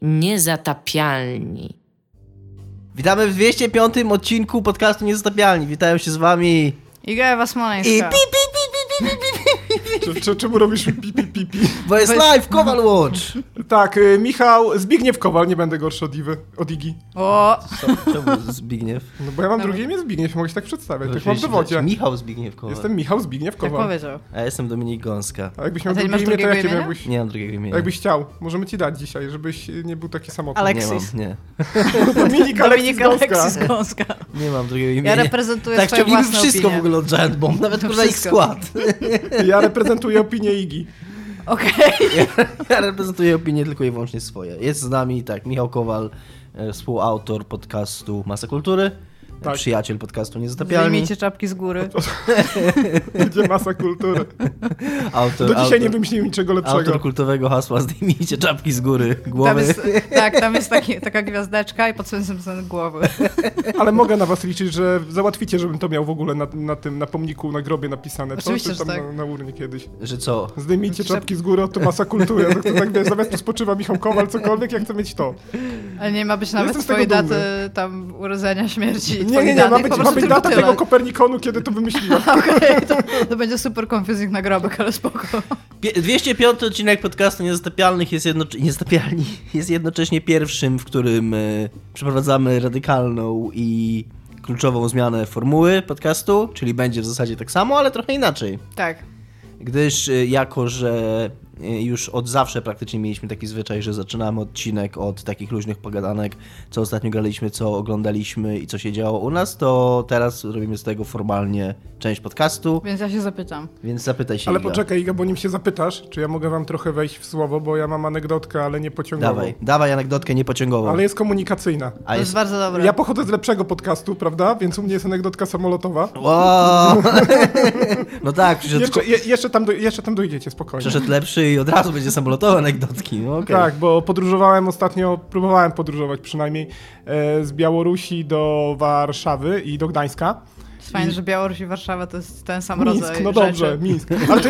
Niezatapialni. Witamy w 205. odcinku podcastu Niezatapialni. Witają się z wami Iga Ewa Smoleńska. I Czemu robisz pipi? Bo jest live Kowal Watch. Tak, Zbigniew Kowal, nie będę gorszy od Igi. O! Czemu Zbigniew? No bo ja mam drugie imię Zbigniew, mogę się tak przedstawiać, tak mam w dowodzie. Michał Zbigniew Kowal. Jestem Michał Zbigniew Tak Kowal. powiedział. A ja jestem Dominik Gąska. A jakbyś miał A ty nie drugie masz imię, to jakie drugiego miałbyś? Nie mam drugiego imienia. Jakbyś chciał, możemy ci dać dzisiaj, żebyś nie był taki samotny. Aleksis. Nie Dominik Aleksis Gąska. mam. Nie mam drugiego imienia. Ja reprezentuję tak swoje ściągnijmy własne wszystko opinie. w ogóle od Giant Bomb, nawet kurwa ich skład. Ja reprezentuję opinię Igi. Okej. Ja reprezentuję opinię tylko i wyłącznie swoje. Jest z nami, tak, Michał Kowal, współautor podcastu Masa Kultury, Tak. Przyjaciel podcastu Niezatapialni. Zdejmijcie czapki z góry. Będzie masa kultury. Do dzisiaj nie wymyśliłem niczego lepszego. Autor kultowego hasła Zdejmijcie czapki z góry głowy. Tam jest taka gwiazdeczka i pod sensem głowy. Ale mogę na was liczyć, że załatwicie, żebym to miał w ogóle na pomniku, na grobie napisane. Oczywiście, Czy tam że tak. na urnie kiedyś. Że co? Zdejmijcie czapki z góry, to masa kultury. Ja to tak wiesz, zamiast tu spoczywa Michał Kowal, cokolwiek, ja chcę mieć to. Ale nie ma być nawet Jestem z tego swojej daty dumny. tam urodzenia, śmierci. Nie, ma być data tego Kopernikonu, kiedy to wymyśliłem. Okej, to będzie super confusing nagrobek, ale spoko. 205. odcinek podcastu Niezatapialnych jest jednocześnie pierwszym, w którym przeprowadzamy radykalną i kluczową zmianę formuły podcastu, czyli będzie w zasadzie tak samo, ale trochę inaczej. Tak. Gdyż jako, że już od zawsze praktycznie mieliśmy taki zwyczaj, że zaczynamy odcinek od takich luźnych pogadanek, co ostatnio graliśmy, co oglądaliśmy i co się działo u nas, to teraz robimy z tego formalnie część podcastu. Więc ja się zapytam. Więc zapytaj się, Ale Iga. poczekaj, Iga, bo nim się zapytasz, czy ja mogę wam trochę wejść w słowo, bo ja mam anegdotkę, ale nie pociągową. Dawaj anegdotkę niepociągową. Ale jest komunikacyjna. To jest bardzo dobre. Ja pochodzę z lepszego podcastu, prawda? Więc u mnie jest anegdotka samolotowa. Wow. No tak, Jeszcze tam dojdziecie, spokojnie. przeszedł lepszy i od razu będzie samolotowe anegdotki. No, okay. Tak, bo podróżowałem ostatnio, próbowałem podróżować przynajmniej z Białorusi do Warszawy i do Gdańska. Jest fajne, że Białoruś i Warszawa to jest ten sam Mińsk, rodzaj no rzeczy. dobrze, Mińsk. Ale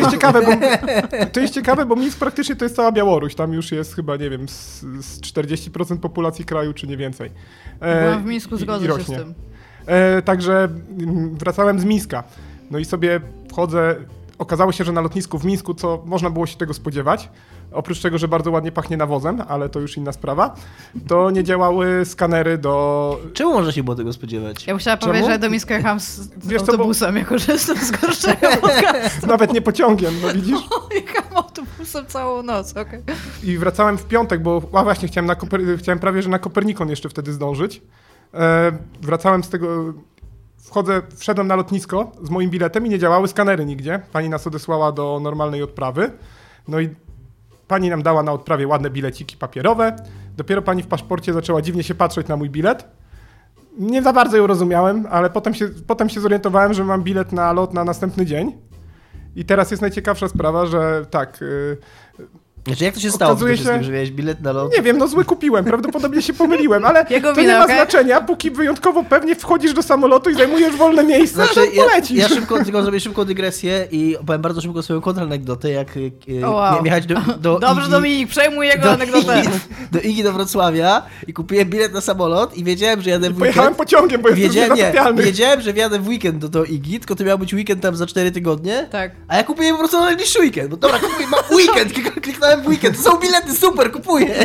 to jest ciekawe, bo Mińsk praktycznie to jest cała Białoruś. Tam już jest chyba, nie wiem, z 40% populacji kraju, czy nie więcej. Byłam w Mińsku, zgodzę się z tym. Także wracałem z Mińska. No i sobie wchodzę. Okazało się, że na lotnisku w Mińsku, co można było się tego spodziewać, oprócz tego, że bardzo ładnie pachnie nawozem, ale to już inna sprawa, to nie działały skanery do... Czemu można się było tego spodziewać? Ja musiałam powiedzieć, że do Mińska jechałam z Wiesz co, autobusem, jako że jestem z gorszego podcastu. Nawet nie pociągiem, no widzisz? Jechałam autobusem całą noc, okej. I wracałem w piątek, bo właśnie chciałem prawie, że na Kopernikon jeszcze wtedy zdążyć. Wracałem z tego... Wszedłem na lotnisko z moim biletem i nie działały skanery nigdzie. Pani nas odesłała do normalnej odprawy. No i pani nam dała na odprawie ładne bileciki papierowe. Dopiero pani w paszporcie zaczęła dziwnie się patrzeć na mój bilet. Nie za bardzo ją rozumiałem, ale potem się zorientowałem, że mam bilet na lot na następny dzień. I teraz jest najciekawsza sprawa, że tak... Znaczy, jak to się stało, się... że miałeś bilet na lot? Nie wiem, no zły kupiłem, prawdopodobnie się pomyliłem, ale Jego to wina, nie ma okay? znaczenia, póki wyjątkowo pewnie wchodzisz do samolotu i zajmujesz wolne miejsce, Znaczy, że polecisz. Ja zrobię szybką dygresję i opowiem bardzo szybko swoją kontraanegdotę, jak miałem jechać do Dobrze, Igi, Dominik, przejmuj jego anegdotę. do Igi do Wrocławia i kupiłem bilet na samolot i wiedziałem, że jadę w weekend. Pojechałem pociągiem, bo jestem niezatapialny. Wiedziałem, że wjadę w weekend do Igi, tylko to miał być weekend tam za 4 tygodnie. Tak. A ja kupiłem po prostu na najbliższy weekend. Bo dobra, mam weekend, kliknąłem w weekend, to są bilety, super, kupuję.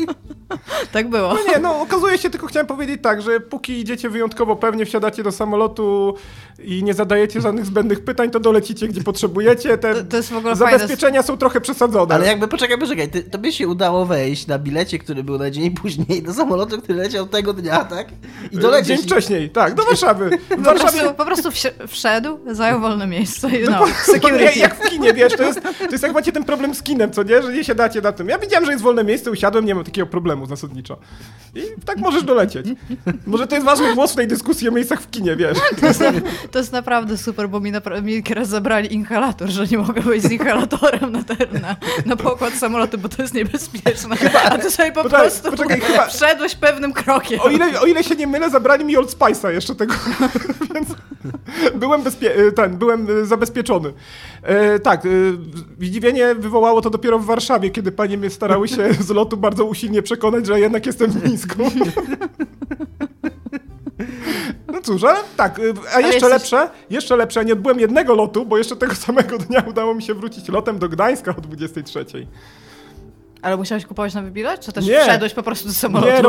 Tak było. No nie, no okazuje się, tylko chciałem powiedzieć tak, że póki idziecie wyjątkowo pewnie, wsiadacie do samolotu i nie zadajecie żadnych zbędnych pytań, to dolecicie gdzie potrzebujecie. Te to jest w ogóle zabezpieczenia są trochę przesadzone. Ale jakby, poczekaj, to by się udało wejść na bilecie, który był na dzień później, do samolotu, który leciał tego dnia, tak? I dolecieć. Dzień wcześniej, tak, do Warszawy. Po prostu wszedł, zajął wolne miejsce i security. Jak w kinie, wiesz, to jest jak macie ten problem z kinem, co nie? Że nie siadacie na tym. Ja widziałem, że jest wolne miejsce, usiadłem, nie mam takiego problemu zasadniczo. I tak możesz dolecieć. Może to jest ważny głos w tej dyskusji o miejscach w kinie, wiesz. To jest naprawdę super, bo mi raz zabrali inhalator, że nie mogę być z inhalatorem na pokład samolotu, bo to jest niebezpieczne. A ty sobie po prostu wszedłeś pewnym krokiem. O ile się nie mylę, zabrali mi Old Spice'a jeszcze tego. Więc... byłem zabezpieczony. Tak, zdziwienie wywołało to dopiero w Warszawie, kiedy panie mnie starały się z lotu bardzo usilnie przekonać, że jednak jestem w Mińsku. No cóż, ale tak, a jeszcze lepsze, nie odbyłem jednego lotu, bo jeszcze tego samego dnia udało mi się wrócić lotem do Gdańska o 23:00. Ale musiałeś kupować nowy bilet? Czy też Nie. wszedłeś po prostu do samolotu? Nie,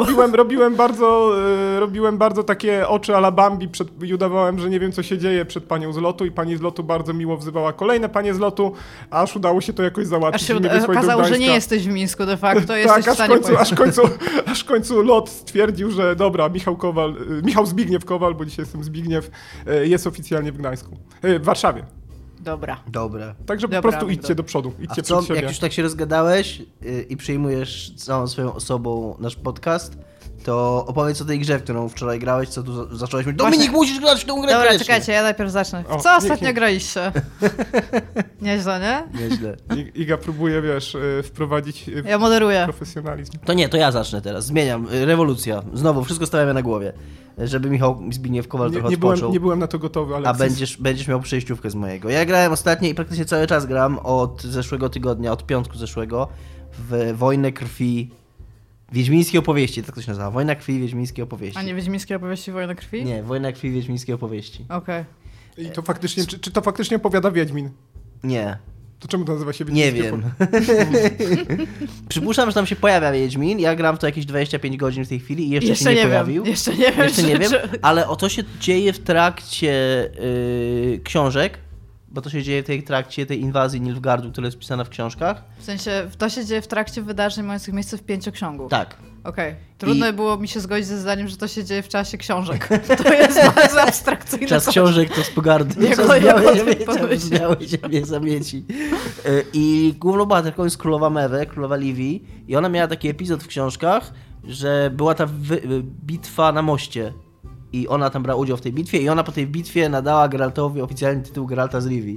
robiłem bardzo takie oczy a la Bambi i udawałem, że nie wiem, co się dzieje przed panią z lotu i pani z lotu bardzo miło wzywała kolejne panie z lotu, aż udało się to jakoś załatwić. Aż się okazało, że nie jesteś w Mińsku de facto, jesteś tak, w stanie aż w końcu lot stwierdził, że dobra, Michał Zbigniew Kowal, bo dzisiaj jestem Zbigniew, jest oficjalnie w Gdańsku, w Warszawie. Dobra. Także po prostu idźcie do przodu, idźcie przed siebie. Jak już tak się rozgadałeś i przyjmujesz całą swoją osobą nasz podcast, to opowiedz o tej grze, w którą wczoraj grałeś, co tu zacząłeś mówić. Dominik, musisz grać w tą grę. Dobra, koniecznie. czekajcie, ja najpierw zacznę. W co ostatnio graliście? Nieźle, nie? Nieźle. Iga próbuje, wprowadzić Ja moderuję. profesjonalizm. To ja zacznę teraz. Zmieniam. Rewolucja. Znowu, wszystko stawiamy na głowie. Żeby Michał Zbigniew Kowal trochę odpoczął. Nie byłem na to gotowy, ale... A będziesz miał przejściówkę z mojego. Ja grałem ostatnio i praktycznie cały czas gram od zeszłego tygodnia, od piątku zeszłego, w Wojnę Krwi Wiedźmińskiej Opowieści. Tak to się nazywa. Wojna Krwi Wiedźmińskiej Opowieści. A nie Wiedźmińskie opowieści Wojna Krwi? Nie, Wojna Krwi Wiedźmińskiej Opowieści. Okej. I to faktycznie, czy to faktycznie opowiada Wiedźmin? Nie. To czemu to nazywa się Nie Wiedźmińskie? wiem. Przypuszczam, że tam się pojawia Wiedźmin. Ja gram w to jakieś 25 godzin w tej chwili i jeszcze się nie pojawił. Jeszcze nie wiem. Ale to się dzieje w trakcie książek, bo to się dzieje w trakcie tej inwazji Nilfgaardu, która jest pisana w książkach. W sensie, to się dzieje w trakcie wydarzeń mających miejsce w 5 ksiągu. Tak. Okej. Trudno było mi się zgodzić ze zdaniem, że to się dzieje w czasie książek. To jest bardzo abstrakcyjne. Czas książek to z pogardy. Jak Czas białej ziemi zamieci. I główną bohaterką jest królowa Mewe, królowa Livii. I ona miała taki epizod w książkach, że była ta bitwa na moście. I ona tam brała udział w tej bitwie i ona po tej bitwie nadała Geraltowi oficjalny tytuł Geralta z Rivii.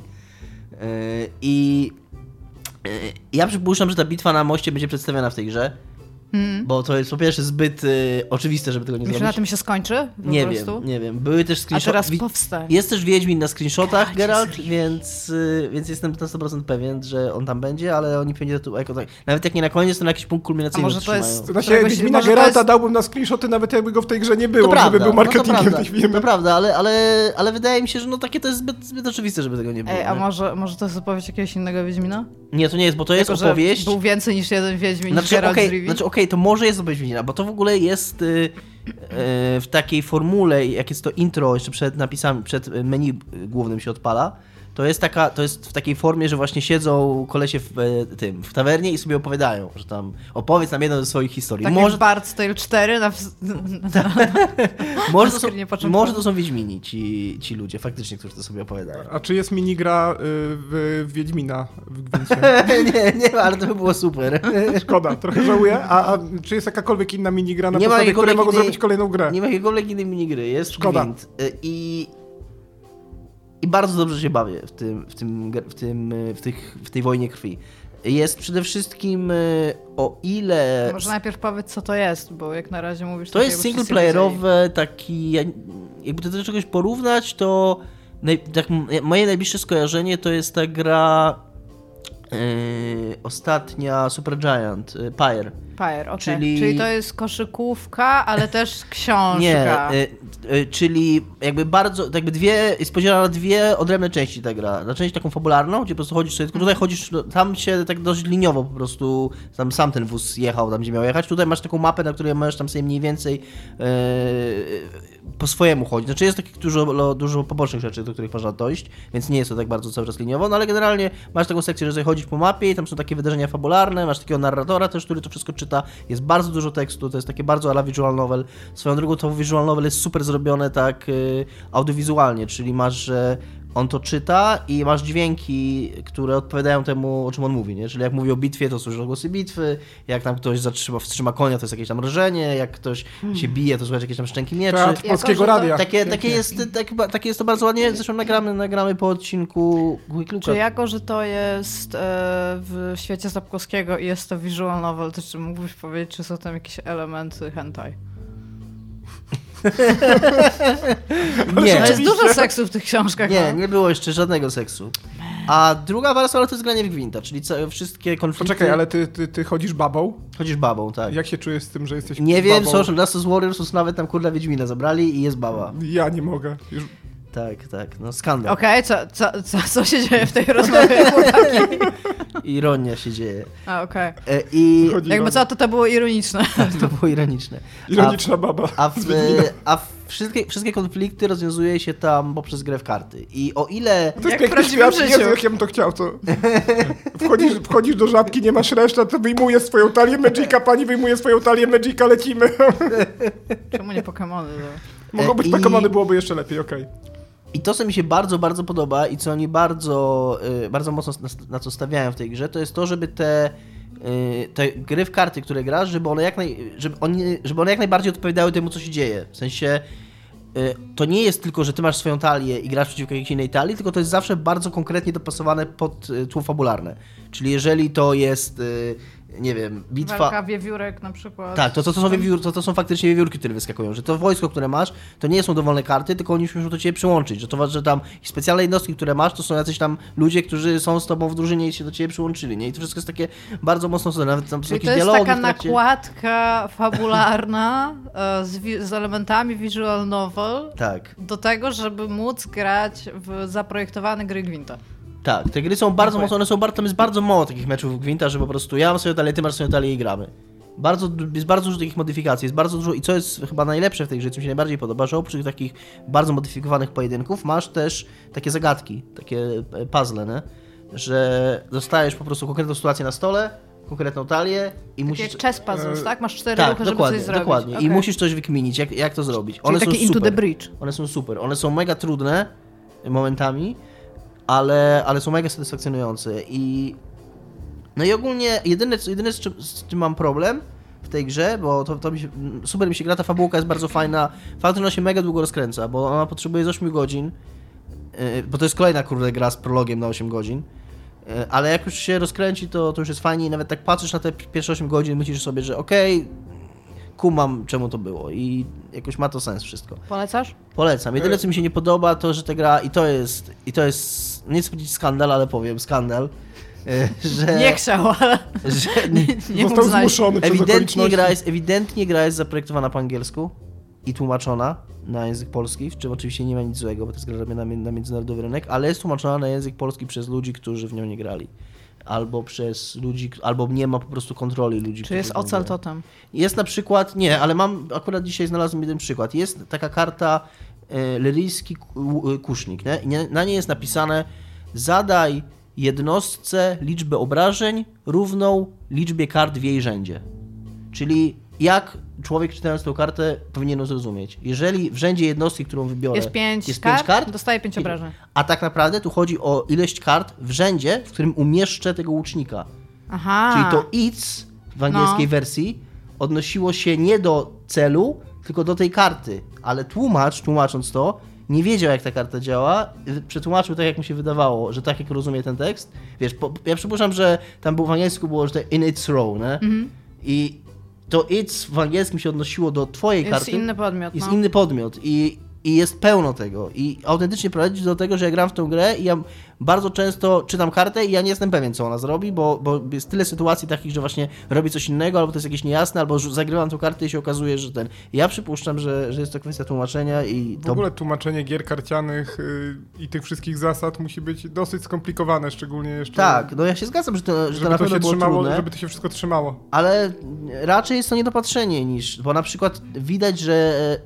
I ja przypuszczam, że ta bitwa na moście będzie przedstawiona w tej grze. Bo to jest po pierwsze zbyt oczywiste, żeby tego nie zrobić. Czy na tym się skończy? Nie wiem. Były też screenshoty. A teraz powstań. Jest też Wiedźmin na screenshotach, Geralt, więc jestem na 100% pewien, że on tam będzie, ale oni pewnie to jako tak. Nawet jak nie na koniec, to na jakiś punkt kulminacyjny może to jest... trzymają. Wiedźmina Geralta dałbym na screenshoty, nawet jakby go w tej grze nie było, żeby był marketingiem tej firmy. To prawda, ale wydaje mi się, że takie to jest zbyt oczywiste, żeby tego nie było. A może to jest opowieść jakiegoś innego Wiedźmina? Nie, to nie jest, bo to jest jako, opowieść... Był więcej niż jeden Wiedźmin, niż Geralt z Rivii. Okej, to może jest opowieść Wiedźmina, bo to w ogóle jest w takiej formule, jak jest to intro, jeszcze przed napisami, przed menu głównym się odpala, to jest w takiej formie, że właśnie siedzą kolesie w tawernie i sobie opowiadają, że tam opowiedz nam jedną ze swoich historii. Tak może jak Bard's Tale 4 może to są Wiedźmini, ci ludzie faktycznie, którzy to sobie opowiadają. A czy jest minigra w Wiedźmina w Gwincie? nie, ale to by było super. Szkoda, trochę żałuję. A czy jest jakakolwiek inna minigra na podstawie, której mogą zrobić kolejną grę? Nie ma jakiejkolwiek innej minigry, jest Szkoda. Gwint. I bardzo dobrze się bawię w tej wojnie krwi. Jest przede wszystkim o ile... Może najpierw powiedz, co to jest, bo jak na razie mówisz... To jest singleplayerowe, taki... Jakby to do czegoś porównać, to moje najbliższe skojarzenie to jest ta gra ostatnia Supergiant, Pyre. Okay. Czyli to jest koszykówka, ale też książka. Nie, czyli jest podzielona na dwie odrębne części ta gra. Na część taką fabularną, gdzie po prostu chodzisz sobie, tylko tutaj chodzisz, tam się tak dość liniowo po prostu, tam sam ten wóz jechał tam, gdzie miał jechać. Tutaj masz taką mapę, na której możesz tam sobie mniej więcej po swojemu chodzić. Znaczy jest takich dużo pobocznych rzeczy, do których można dojść, więc nie jest to tak bardzo cały czas liniowo, no ale generalnie masz taką sekcję, że sobie chodzisz po mapie i tam są takie wydarzenia fabularne, masz takiego narratora też, który to wszystko czyta, jest bardzo dużo tekstu, to jest takie bardzo a la visual novel. Swoją drogą to visual novel jest super zrobione tak audiowizualnie, czyli masz, że on to czyta i masz dźwięki, które odpowiadają temu, o czym on mówi, nie? Czyli jak mówi o bitwie, to słyszysz głosy bitwy, jak tam ktoś wstrzyma konia, to jest jakieś tam rżenie, jak ktoś się bije, to słychać jakieś tam szczęki mieczy. Teatr polskiego radia. Takie jest to bardzo ładnie, zresztą nagramy po odcinku Quick Looka. Czy jako, że to jest w świecie Sapkowskiego i jest to visual novel, to czy mógłbyś powiedzieć, czy są tam jakieś elementy hentai? Nie. Ale jest dużo seksu w tych książkach. Nie było jeszcze żadnego seksu. A druga warstwa to jest granie w gwinta, czyli wszystkie konflikty... Poczekaj, ale ty chodzisz babą? Chodzisz babą, tak. Jak się czujesz z tym, że jesteś Nie wiem, babą? Social Justice Warriors nawet tam kurwa Wiedźmina zabrali i jest baba. Ja nie mogę. Już... Tak, no skandal. Okej, co się dzieje w tej rozmowie? Ironia się dzieje. A, okej. I Jakby co, to było ironiczne. to było ironiczne. Ironiczna baba. A wszystkie konflikty rozwiązuje się tam poprzez grę w karty. I o ile... To jest Jak w piękny prawdziwym świat, życiu. Jezu, jak ja bym to chciał, co? Wchodzisz do żabki, nie masz reszta, to wyjmujesz swoją talię Magica, pani wyjmuje swoją talię Magica, lecimy. Czemu nie Pokemony? Mogą być Pokemony, byłoby jeszcze lepiej, okej. I to, co mi się bardzo, bardzo podoba i co oni bardzo mocno na co stawiają w tej grze, to jest to, żeby te gry w karty, które grasz, żeby one jak najbardziej odpowiadały temu, co się dzieje. W sensie to nie jest tylko, że ty masz swoją talię i grasz przeciwko jakiejś innej talii, tylko to jest zawsze bardzo konkretnie dopasowane pod tło fabularne. Czyli jeżeli to jest, nie wiem, bitwa... Walka wiewiórek na przykład. Tak, to są faktycznie wiewiórki, które wyskakują, że to wojsko, które masz, to nie są dowolne karty, tylko oni muszą do ciebie przyłączyć, że tam specjalne jednostki, które masz, to są jacyś tam ludzie, którzy są z tobą w drużynie i się do ciebie przyłączyli, nie? I to wszystko jest takie bardzo mocno, nawet tam są Czyli jakieś to jest dialogi taka w trakcie... nakładka fabularna z elementami visual novel Tak. do tego, żeby móc grać w zaprojektowane gry Gwinta. Tak, te gry są bardzo mocno, tam jest bardzo mało takich meczów Gwinta, że po prostu ja mam swoją talię, ty masz swoją talię i gramy. Jest bardzo dużo takich modyfikacji, jest bardzo dużo i co jest chyba najlepsze w tej grze, co mi się najbardziej podoba, że oprócz takich bardzo modyfikowanych pojedynków masz też takie zagadki, takie puzzle, nie? Że dostajesz po prostu konkretną sytuację na stole, konkretną talię i musisz... Takie chess puzzles, tak? Masz 4 ruchy, żeby coś zrobić. Dokładnie. Okay. I musisz coś wykminić, jak to zrobić. Czyli takie Into the Breach. One są super. One są mega trudne momentami, ale są mega satysfakcjonujące i no i ogólnie jedyne z czym mam problem w tej grze, bo super mi się gra, ta fabułka jest bardzo fajna, fakt, że ona się mega długo rozkręca, bo ona potrzebuje z 8 godzin, bo to jest kolejna gra z prologiem na 8 godzin, ale jak już się rozkręci, to już jest fajnie i nawet tak patrzysz na te pierwsze 8 godzin, myślisz sobie, że okej, kumam czemu to było i jakoś ma to sens wszystko. Polecasz? Polecam. Jedyne co mi się nie podoba to, że ta gra i to jest nie chcę powiedzieć skandal, ale powiem skandal, że... Nie chciał, ale że nie Został mógł zmuszony przez okoliczności. ewidentnie gra jest zaprojektowana po angielsku i tłumaczona na język polski, w czym oczywiście nie ma nic złego, bo to jest gra robiona na międzynarodowy rynek, ale jest tłumaczona na język polski przez ludzi, którzy w nią nie grali. Albo przez ludzi, albo nie ma po prostu kontroli ludzi. Czy jest Ocel Totem? Jest na przykład, nie, ale akurat dzisiaj znalazłem jeden przykład. Jest taka karta Lyryjski Kusznik, nie? I na niej jest napisane: zadaj jednostce liczbę obrażeń równą liczbie kart w jej rzędzie. Czyli jak człowiek czytając tę kartę powinien ją zrozumieć. Jeżeli w rzędzie jednostki, którą wybiorę, jest 5 kart, dostaje 5 obrażeń. A tak naprawdę tu chodzi o ilość kart w rzędzie, w którym umieszczę tego łucznika. Aha. Czyli to its w angielskiej wersji odnosiło się nie do celu, tylko do tej karty. Ale tłumacząc to, nie wiedział, jak ta karta działa, przetłumaczył tak, jak mu się wydawało, że tak, jak rozumie ten tekst. Wiesz, ja przypuszczam, że tam w angielsku było, że to in its row, nie? I to its w angielskim się odnosiło do twojej karty. Jest inny podmiot. Jest inny podmiot i jest pełno tego. I autentycznie prowadzi do tego, że ja gram w tę grę i ja bardzo często czytam kartę i ja nie jestem pewien, co ona zrobi, bo jest tyle sytuacji takich, że właśnie robi coś innego, albo to jest jakieś niejasne, albo zagrywam tę kartę i się okazuje, że ja przypuszczam, że jest to kwestia tłumaczenia i W ogóle tłumaczenie gier karcianych i tych wszystkich zasad musi być dosyć skomplikowane, szczególnie jeszcze... Tak, no ja się zgadzam, że to na pewno było trudne. Żeby to się wszystko trzymało. Ale raczej jest to niedopatrzenie bo na przykład widać, że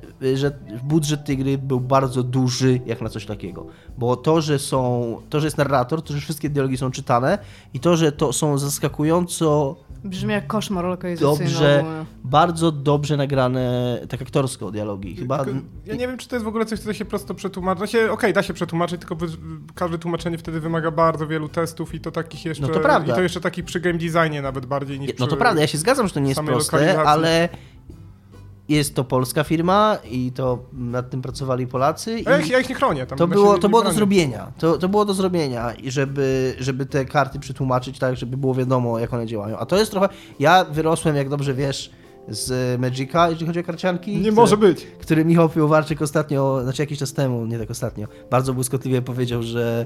budżet tej gry był bardzo duży jak na coś takiego. Bo to, że jest narrator, to, że wszystkie dialogi są czytane i to, że to są zaskakująco brzmi jak koszmar lokalizacyjny. Bardzo dobrze nagrane tak aktorsko dialogi. Chyba... Ja nie wiem, czy to jest w ogóle coś, co da się prosto przetłumaczyć. Da się przetłumaczyć, tylko każde tłumaczenie wtedy wymaga bardzo wielu testów i to takich jeszcze... No to prawda. I to jeszcze takich przy game designie nawet bardziej niż No to prawda, ja się zgadzam, że to nie jest proste, ale jest to polska firma i to nad tym pracowali Polacy. Ja ich nie chronię. To było do zrobienia. To było do zrobienia, żeby te karty przetłumaczyć tak, żeby było wiadomo, jak one działają. A to jest trochę... Ja wyrosłem, jak dobrze wiesz, z Magica, jeżeli chodzi o karcianki. Nie może być. Który Michał Piłowarczyk ostatnio, znaczy jakiś czas temu, nie tak ostatnio, bardzo błyskotliwie powiedział, że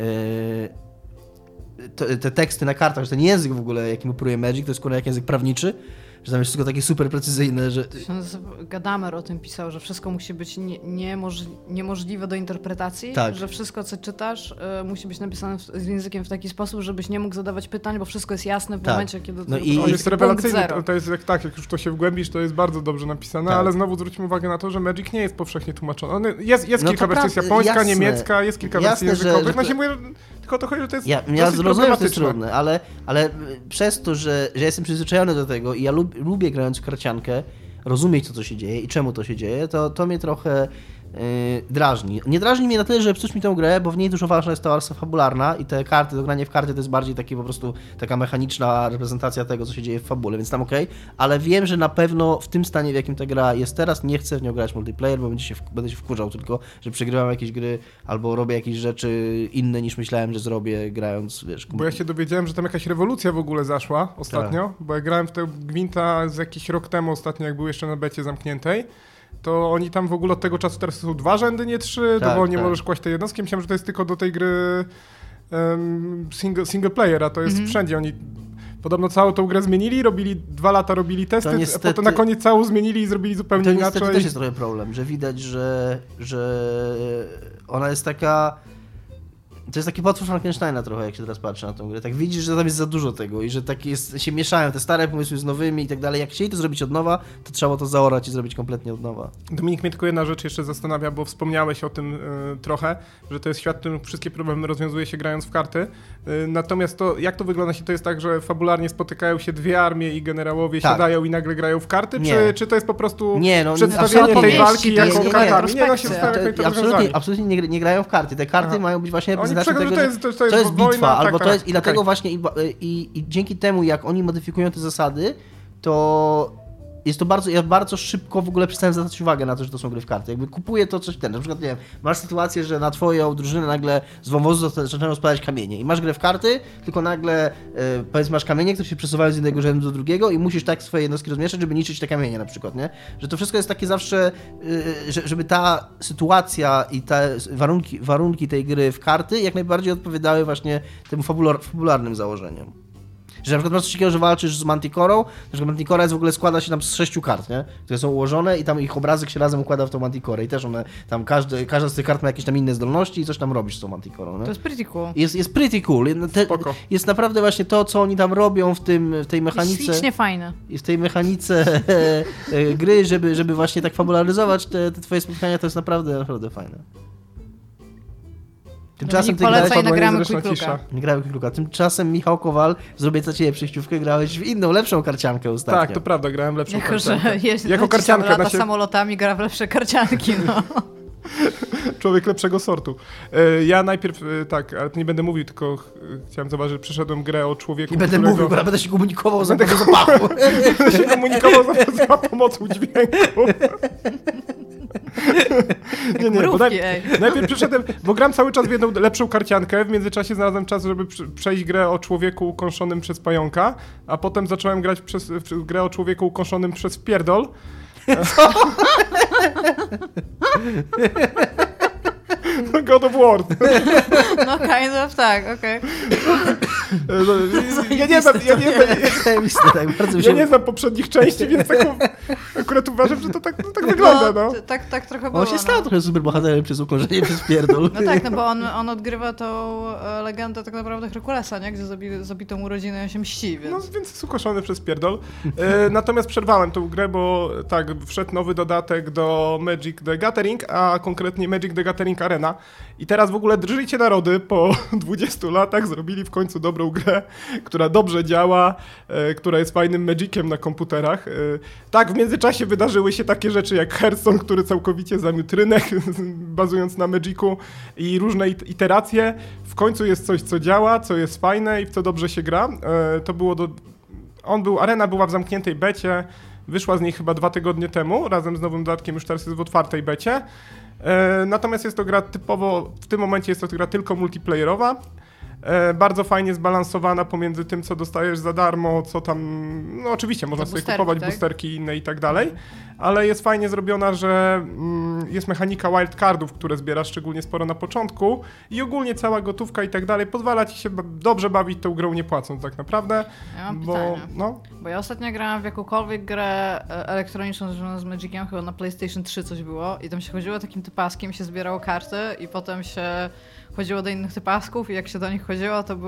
te teksty na kartach, że ten język w ogóle, jakim operuje Magic, to jest jak język prawniczy, że tam jest wszystko takie super precyzyjne, że... Gadamer o tym pisał, że wszystko musi być niemożliwe do interpretacji, tak. Że wszystko, co czytasz, musi być napisane z językiem w taki sposób, żebyś nie mógł zadawać pytań, bo wszystko jest jasne w momencie, kiedy... No i on jest rewelacyjny, to jest jak już to się wgłębisz, to jest bardzo dobrze napisane, tak. Ale znowu zwróćmy uwagę na to, że Magic nie jest powszechnie tłumaczony. Jest kilka wersji japońska, jasne, niemiecka, jest kilka wersji językowych. No się mówię, tylko to chodzi, że to jest ja zrozumiem, że to jest trudne, ale przez to, że ja jestem przyzwyczajony do tego i ja lubię grając w karciankę, rozumieć co się dzieje i czemu to się dzieje, to mnie trochę drażni. Nie drażni mnie na tyle, że psuć mi tę grę, bo w niej dużo ważna jest ta warstwa fabularna i te karty, to granie w karty to jest bardziej takie po prostu taka mechaniczna reprezentacja tego, co się dzieje w fabule, więc tam okej, ale wiem, że na pewno w tym stanie, w jakim ta gra jest teraz, nie chcę w nią grać multiplayer, bo będę się wkurzał tylko, że przegrywam jakieś gry albo robię jakieś rzeczy inne niż myślałem, że zrobię grając, wiesz... Bo ja się dowiedziałem, że tam jakaś rewolucja w ogóle zaszła ostatnio, tak. Bo ja grałem w tę Gwinta z jakiś rok temu ostatnio, jak był jeszcze na becie zamkniętej, to oni tam w ogóle od tego czasu teraz są 2 rzędy, nie 3, tak, bo nie możesz kłaść tej jednostki. Myślałem, że to jest tylko do tej gry single player, a to jest wszędzie. Oni podobno całą tą grę zmienili, 2 lata robili testy, niestety, a potem na koniec całą zmienili i zrobili zupełnie inaczej. To też jest trochę problem, że widać, że ona jest taka... To jest taki potwór Frankensteina trochę, jak się teraz patrzy na tę grę. Tak widzisz, że tam jest za dużo tego i że tak się mieszają te stare pomysły z nowymi i tak dalej. Jak chcieli to zrobić od nowa, to trzeba to zaorać i zrobić kompletnie od nowa. Dominik, mnie tylko jedna rzecz jeszcze zastanawia, bo wspomniałeś o tym trochę, że to jest świat, w którym wszystkie problemy rozwiązuje się grając w karty. Natomiast to, jak to wygląda to jest tak, że fabularnie spotykają się 2 armie i generałowie siadają i nagle grają w karty? Czy to jest po prostu przedstawienie tej walki jako kartami? Nie, się absolutnie nie grają w karty. Te karty mają być właśnie reprezentacją tego, to jest bitwa, wojna, albo to jest i dlatego właśnie i dzięki temu, jak oni modyfikują te zasady, to jest to ja bardzo szybko w ogóle przestałem zwracać uwagę na to, że to są gry w karty. Jakby kupuję to coś na przykład, nie wiem, masz sytuację, że na twoją drużynę nagle z wąwozu zaczynają spadać kamienie i masz grę w karty, tylko nagle powiedzmy masz kamienie, które się przesuwają z jednego rzędu do drugiego i musisz tak swoje jednostki rozmieszać, żeby niszczyć te kamienie na przykład, nie? Że to wszystko jest takie zawsze, żeby ta sytuacja i te warunki tej gry w karty jak najbardziej odpowiadały właśnie temu fabularnym założeniom. Że na przykład masz coś takiego, że walczysz z Manticorą, że Manticora w ogóle składa się tam z 6 kart, nie? Które są ułożone i tam ich obrazek się razem układa w tą Manticorę i też one, tam każda z tych kart ma jakieś tam inne zdolności i coś tam robisz z tą Manticorą, nie? To jest pretty cool. Jest pretty cool. Jest naprawdę właśnie to, co oni tam robią w tej mechanice. Ślicznie fajne. I w tej mechanice gry, żeby właśnie tak fabularyzować te twoje spotkania, to jest naprawdę fajne. Tymczasem ty grałeś Quick Looka. Tymczasem Michał Kowal, zrobię za ciebie przejściówkę, grałeś w inną, lepszą karciankę ostatnio. Tak, to prawda, grałem lepszą karciankę. Jako karciankę. Lata samolotami gra w lepsze karcianki, no. Człowiek lepszego sortu. Ja najpierw, ale nie będę mówił, tylko chciałem zauważyć, że przeszedłem grę o człowieku, nie będę mówił, bo będę się komunikował za zapachu. Będę się komunikował za pomocą dźwięku. Nie, bo najpierw przyszedłem, bo gram cały czas w jedną lepszą karciankę, w międzyczasie znalazłem czas, żeby przejść grę o człowieku ukąszonym przez pająka, a potem zacząłem grać w grę o człowieku ukąszonym przez pierdol. God of War. No kind of, tak, okej. Ja nie znam poprzednich części, więc akurat uważam, że to tak wygląda, no. Tak trochę było. On się stał trochę superbohaterem przez ukończenie, przez pierdol. No tak, no bo on odgrywa tą legendę tak naprawdę Herkulesa, nie? Gdzie zabitą urodzinę się mści, więc... No, więc jest ukoszony przez pierdol. Natomiast przerwałem tę grę, bo tak, wszedł nowy dodatek do Magic the Gathering, a konkretnie Magic the Gathering Arena. I teraz w ogóle drżyjcie narody, po 20 latach zrobili w końcu dobrą grę, która dobrze działa, która jest fajnym Magiciem na komputerach. Tak, w międzyczasie wydarzyły się takie rzeczy jak Hearthstone, który całkowicie zamiótł rynek, bazując na Magicu i różne iteracje. W końcu jest coś, co działa, co jest fajne i w co dobrze się gra. Arena była w zamkniętej becie, wyszła z niej chyba 2 tygodnie temu, razem z nowym dodatkiem, już teraz jest w otwartej becie. Natomiast jest to gra typowo, w tym momencie jest to gra tylko multiplayerowa. Bardzo fajnie zbalansowana pomiędzy tym, co dostajesz za darmo, co tam... No oczywiście można sobie kupować boosterki inne i tak dalej, ale jest fajnie zrobiona, że jest mechanika wildcardów, które zbierasz szczególnie sporo na początku i ogólnie cała gotówka i tak dalej pozwala ci się dobrze bawić tą grą nie płacąc tak naprawdę. Ja mam pytanie. Bo ja ostatnio grałam w jakąkolwiek grę elektroniczną związaną z Magiciem, chyba na PlayStation 3 coś było i tam się chodziło takim typaskiem, się zbierało karty i potem się chodziło do innych typasków i jak się do nich chodziło, to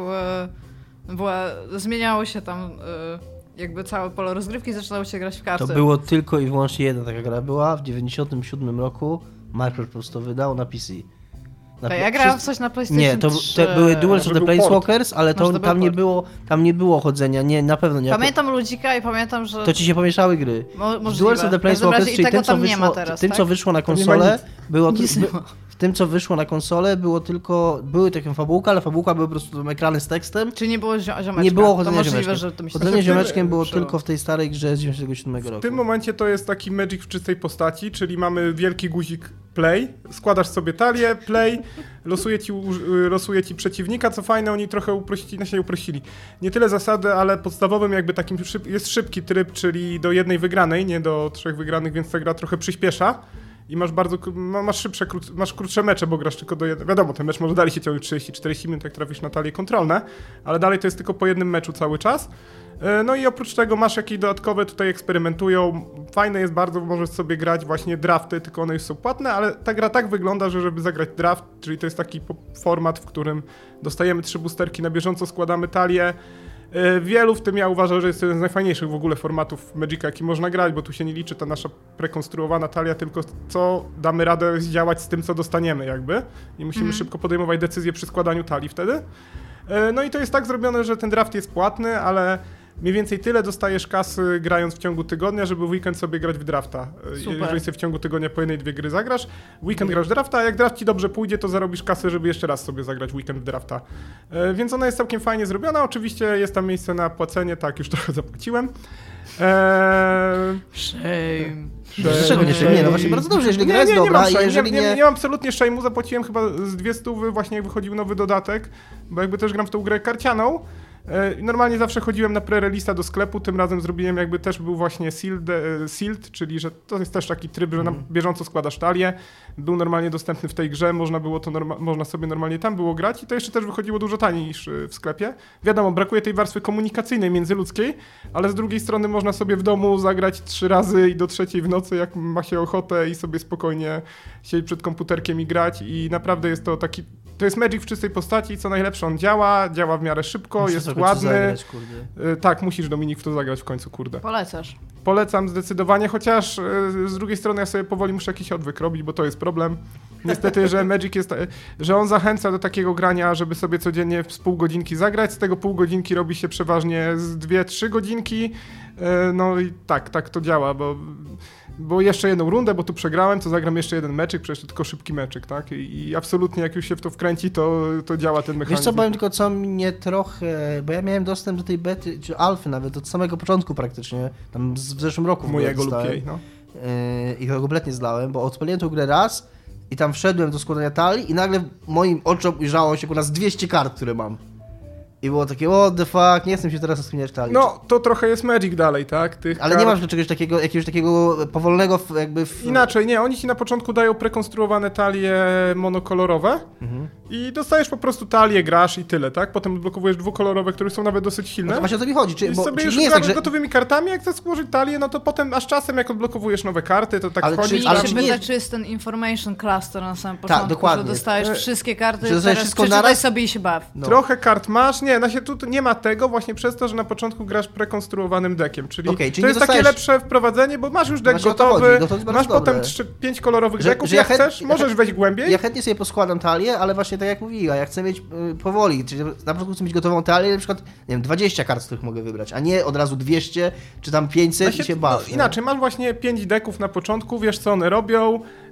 zmieniało się tam jakby całe pole rozgrywki, zaczynało się grać w karty. To było tylko i wyłącznie jedna taka gra była. W 97 roku Microsoft po prostu wydał na PC. Ja grałam w coś na PlayStation 3. Nie, to były Duels of the Planeswalkers, ale tam nie było chodzenia, nie, na pewno nie. Pamiętam ludzika i pamiętam, że... To ci się pomieszały gry. Duels of the Planeswalkers, czyli tym, co wyszło na konsolę, w tym, co wyszło na konsolę, były takie fabułka, ale fabułka były po prostu ekrany z tekstem. Czyli nie było ziomeczka. Nie było chodzenia ziomeczkiem. Chodzenie ziomeczkiem było tylko w tej starej grze z 97 roku. W tym momencie to jest taki Magic w czystej postaci, czyli mamy wielki guzik play, składasz sobie talię, play, losuje ci przeciwnika, co fajne, oni trochę uprościli. Nie tyle zasady, ale podstawowym jakby takim jest szybki tryb, czyli do jednej wygranej, nie do 3 wygranych, więc ta gra trochę przyspiesza. I masz krótsze mecze, bo grasz tylko do jednego. Wiadomo, ten mecz może dalej się ciągnąć 30-40 minut, jak trafisz na talie kontrolne, ale dalej to jest tylko po jednym meczu cały czas. No i oprócz tego masz jakieś dodatkowe, tutaj eksperymentują. Fajne jest bardzo, możesz sobie grać właśnie drafty, tylko one już są płatne, ale ta gra tak wygląda, że żeby zagrać draft, czyli to jest taki format, w którym dostajemy 3 boosterki, na bieżąco składamy talię. Wielu, w tym ja uważam, że jest to jeden z najfajniejszych w ogóle formatów Magica, jaki można grać, bo tu się nie liczy ta nasza prekonstruowana talia, tylko co damy radę zdziałać z tym, co dostaniemy jakby. I musimy szybko podejmować decyzje przy składaniu talii wtedy. No i to jest tak zrobione, że ten draft jest płatny, ale mniej więcej tyle dostajesz kasy grając w ciągu tygodnia, żeby w weekend sobie grać w drafta. Super. Jeżeli sobie w ciągu tygodnia po 1-2 gry zagrasz, w weekend grasz w drafta, a jak draft ci dobrze pójdzie, to zarobisz kasę, żeby jeszcze raz sobie zagrać w weekend w drafta. Więc ona jest całkiem fajnie zrobiona. Oczywiście jest tam miejsce na płacenie, tak, już trochę zapłaciłem. Shame. Dlaczego nie shame? Nie, no właśnie bardzo dobrze, jeżeli gra jest dobra, nie mam absolutnie shame'u, zapłaciłem chyba z 200 właśnie jak wychodził nowy dodatek, bo jakby też gram w tą grę karcianą. Normalnie zawsze chodziłem na pre-release'a do sklepu, tym razem zrobiłem jakby też był właśnie sealed, czyli że to jest też taki tryb, że na bieżąco składasz talię. Był normalnie dostępny w tej grze, można sobie normalnie tam było grać i to jeszcze też wychodziło dużo taniej niż w sklepie. Wiadomo, brakuje tej warstwy komunikacyjnej międzyludzkiej, ale z drugiej strony można sobie w domu zagrać 3 razy i do 3 w nocy, jak ma się ochotę i sobie spokojnie siedzieć przed komputerkiem i grać i naprawdę jest to taki... To jest Magic w czystej postaci, co najlepsze on działa w miarę szybko, muszę jest ładny. Zagrać, tak, musisz Dominik w to zagrać w końcu, kurde. Polecasz. Polecam zdecydowanie, chociaż z drugiej strony ja sobie powoli muszę jakiś odwyk robić, bo to jest problem. Niestety, że Magic jest, że on zachęca do takiego grania, żeby sobie codziennie z pół godzinki zagrać, z tego pół godzinki robi się przeważnie z 2-3 godzinki. No i tak to działa, bo jeszcze jedną rundę, bo tu przegrałem, to zagram jeszcze jeden meczyk, przecież to tylko szybki meczyk, tak? I absolutnie jak już się w to wkręci, to działa ten mechanizm. Wiesz co, powiem tylko, co mnie trochę, bo ja miałem dostęp do tej bety, czy alfy nawet, od samego początku praktycznie, tam w zeszłym roku. Mojego lub jej, no. I tego kompletnie zdałem, bo odpaliłem tę grę raz i tam wszedłem do składania talii i nagle moim oczom ujrzało się z 200 kart, które mam. I było takie, what the fuck, nie chcę się teraz rozkminiać talii. No, to trochę jest Magic dalej, tak? Ale nie masz czegoś takiego, jakiegoś takiego powolnego jakby... Inaczej, nie, oni ci na początku dają prekonstruowane talie monokolorowe i dostajesz po prostu talię, grasz i tyle, tak? Potem odblokowujesz dwukolorowe, które są nawet dosyć silne. No to właśnie o to mi chodzi. Czyli już nie jest tak, że... gotowymi kartami, jak chcesz złożyć talię, no to potem aż czasem jak odblokowujesz nowe karty, to tak wchodzi. Ale się pyta, czy jest ten information cluster na samym początku, tak, dokładnie. Że dostajesz wszystkie karty, że teraz przeczytaj sobie i się baw. No. Trochę kart masz, tu nie ma tego właśnie przez to, że na początku grasz prekonstruowanym deckiem, czyli to jest takie lepsze wprowadzenie, bo masz już deck gotowy, masz potem 5 kolorowych decków, jak chcesz, możesz wejść głębiej. Ja chętnie sobie poskładam talię, ale właśnie tak jak mówiła, ja chcę mieć powoli, czyli na początku chcę mieć gotową talię, na przykład, nie wiem, 20 kart, z których mogę wybrać, a nie od razu 200, czy tam 500 i się baw. Inaczej, masz właśnie 5 decków na początku, wiesz co one robią,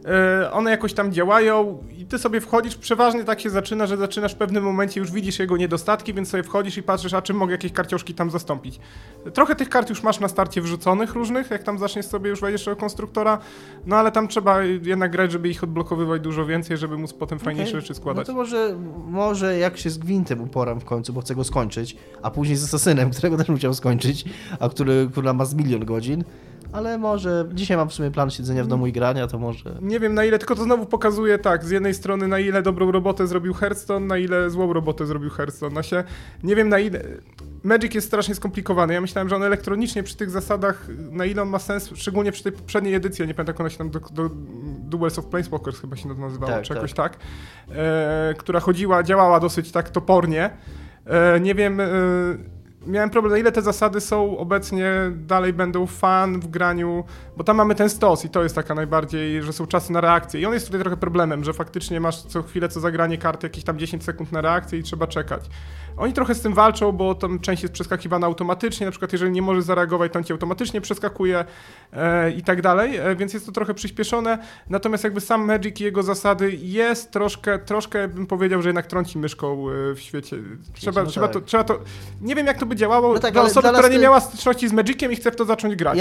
one jakoś tam działają i ty sobie wchodzisz, przeważnie tak się zaczyna, że zaczynasz w pewnym momencie, już widzisz jego niedostatki, więc sobie wchodzisz i patrzysz, a czym mogę jakieś karcioszki tam zastąpić. Trochę tych kart już masz na starcie wrzuconych różnych, jak tam zaczniesz sobie już wejdziesz do konstruktora, no ale tam trzeba jednak grać, żeby ich odblokowywać dużo więcej, żeby móc potem fajniejsze rzeczy składać. No to może jak się z Gwintem uporam w końcu, bo chcę go skończyć, a później z Assassinem, którego też musiał skończyć, a który ma z 1 000 000 godzin. Ale może, dzisiaj mam w sumie plan siedzenia w domu i grania, to może... Nie wiem na ile, tylko to znowu pokazuje tak, z jednej strony na ile dobrą robotę zrobił Hearthstone, na ile złą robotę zrobił Hearthstone. Nie wiem na ile... Magic jest strasznie skomplikowany. Ja myślałem, że on elektronicznie przy tych zasadach, na ile on ma sens, szczególnie przy tej poprzedniej edycji, nie pamiętam jak ona się tam do Duels of Planeswalkers chyba się nazywała, czy jakoś tak, która działała dosyć tak topornie. Nie wiem... Miałem problem, na ile te zasady są obecnie, dalej będą fan w graniu, bo tam mamy ten stos i to jest taka najbardziej, że są czasy na reakcję i on jest tutaj trochę problemem, że faktycznie masz co chwilę co zagranie karty jakieś tam 10 sekund na reakcję i trzeba czekać. Oni trochę z tym walczą, bo tam część jest przeskakiwana automatycznie, na przykład jeżeli nie możesz zareagować, to on ci automatycznie przeskakuje i tak dalej, więc jest to trochę przyspieszone, natomiast jakby sam Magic i jego zasady jest troszkę bym powiedział, że jednak trąci myszką w świecie. Trzeba to, nie wiem jak to by działało dla osoby, która nie miała styczności z Magiciem i chce w to zacząć grać.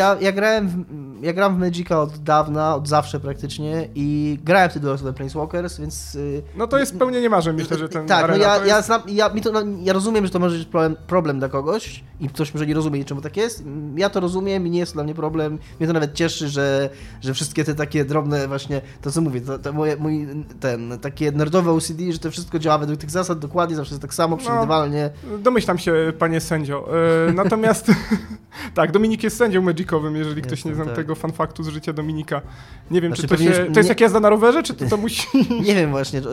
Ja gram w Magica od dawna, od zawsze praktycznie i grałem wtedy Duels of Planeswalkers, więc... No to jest spełnienie marzeń, myślę, że ten tak, arena, ja rozumiem, że to może być problem dla kogoś i ktoś może nie rozumie, czemu tak jest. Ja to rozumiem i nie jest dla mnie problem. Mnie to nawet cieszy, że wszystkie te takie drobne właśnie, to co mówię, to takie nerdowe OCD, że to wszystko działa według tych zasad dokładnie, zawsze jest tak samo, przewidywalnie. No, domyślam się, panie sędzio. Natomiast tak, Dominik jest sędzią magicowym, jeżeli ktoś nie zna tego fanfaktu z życia Dominika. Nie wiem, czy to jest jak jazda na rowerze, czy to musi... Nie wiem właśnie,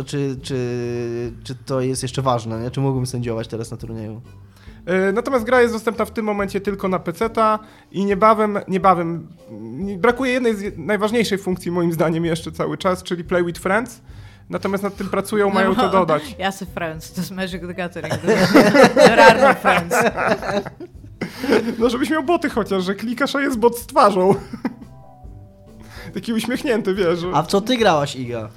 czy to jest jeszcze ważne, nie? Czy mógłbym sędziować teraz na turnieju. Natomiast gra jest dostępna w tym momencie tylko na PC-ta i niebawem brakuje jednej z najważniejszej funkcji moim zdaniem jeszcze cały czas, czyli Play with Friends. Natomiast nad tym pracują, mają to dodać. Jasy Friends, to jest Magic the Gathering. Rarny Friends. No żebyś miał boty chociaż, że klikasz, a jest bot z twarzą. Taki uśmiechnięty, wiesz. A w co ty grałaś, Iga?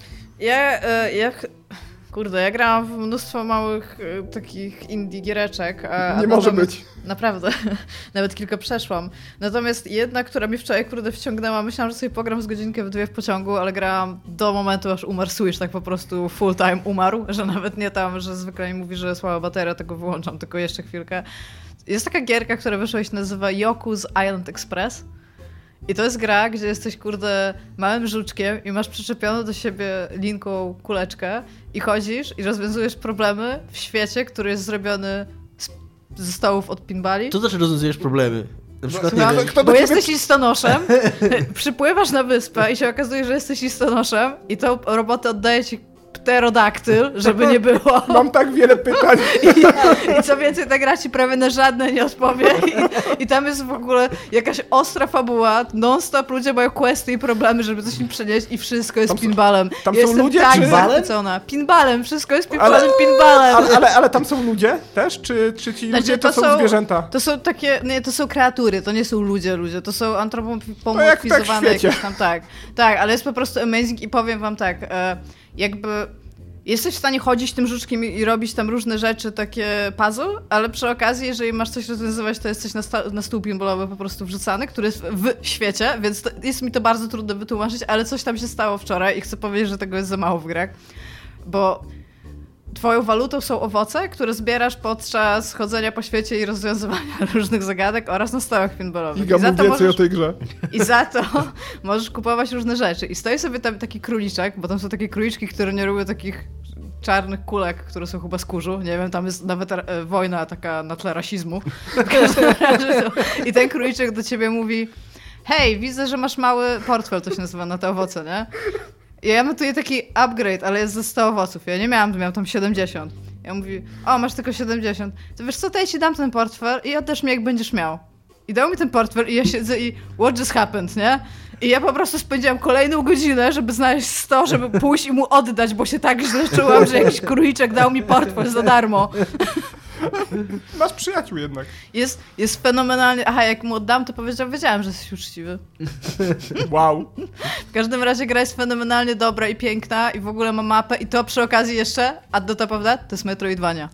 Ja grałam w mnóstwo małych takich indie giereczek. Nie może być. Naprawdę. Nawet kilka przeszłam. Natomiast jedna, która mnie wczoraj wciągnęła, myślałam, że sobie pogram z godzinkę w 2 w pociągu, ale grałam do momentu, aż umarł Switch, tak po prostu full time umarł, że nawet nie tam, że zwykle mi mówi, że słaba bateria, tego wyłączam, tylko jeszcze chwilkę. Jest taka gierka, która wyszła i się nazywa Yoku's Island Express. I to jest gra, gdzie jesteś, małym żuczkiem i masz przyczepioną do siebie linką kuleczkę i chodzisz i rozwiązujesz problemy w świecie, który jest zrobiony ze stołów od pinballi. To znaczy rozwiązujesz problemy? Na przykład, bo jesteś listonoszem, przypływasz na wyspę i się okazuje, że jesteś listonoszem i tą robotę oddaje ci pterodaktyl, żeby nie było. Mam tak wiele pytań. I co więcej, ta gra ci prawie na żadne nie odpowie. I tam jest w ogóle jakaś ostra fabuła, non-stop ludzie mają questy i problemy, żeby coś im przenieść i wszystko jest pinballem. Tam są ludzie, tak czy... Pinballem, wszystko jest pinballem. Ale tam są ludzie też? Czy ci ludzie to są zwierzęta? To są takie, nie, to są kreatury, to nie są ludzie. To są antropomorfizowane jakieś tam, tak, ale jest po prostu amazing i powiem wam tak, jakby jesteś w stanie chodzić tym żuczkiem i robić tam różne rzeczy, takie puzzle, ale przy okazji, jeżeli masz coś rozwiązywać, to jest coś na stół pinballowy po prostu wrzucany, który jest w świecie, więc jest mi to bardzo trudno wytłumaczyć, ale coś tam się stało wczoraj i chcę powiedzieć, że tego jest za mało w grach, bo twoją walutą są owoce, które zbierasz podczas chodzenia po świecie i rozwiązywania różnych zagadek oraz na stołach pinballowych. Iga, mów więcej o tej grze. I za to możesz kupować różne rzeczy. I stoi sobie tam taki króliczek, bo tam są takie króliczki, które nie lubią takich czarnych kulek, które są chyba z kurzu. Nie wiem, tam jest nawet wojna taka na tle rasizmu. I ten króliczek do ciebie mówi: hej, widzę, że masz mały portfel, to się nazywa, na te owoce, nie? Ja mam tutaj taki upgrade, ale jest ze 100 owoców. Ja nie miałam tam 70. Ja mówi: o, masz tylko 70. To wiesz co, to ja ci dam ten portfel i oddasz mi, jak będziesz miał. I dał mi ten portfel i ja siedzę i what just happened, nie? I ja po prostu spędziłam kolejną godzinę, żeby znaleźć 100, żeby pójść i mu oddać, bo się tak źle czułam, że jakiś króliczek dał mi portfel za darmo. Masz przyjaciół jednak. Jest fenomenalnie. Aha, jak mu oddam, to wiedziałem, że jesteś uczciwy. Wow. W każdym razie gra jest fenomenalnie dobra i piękna i w ogóle ma mapę i to przy okazji jeszcze, a do top of that, to jest Metroidvania.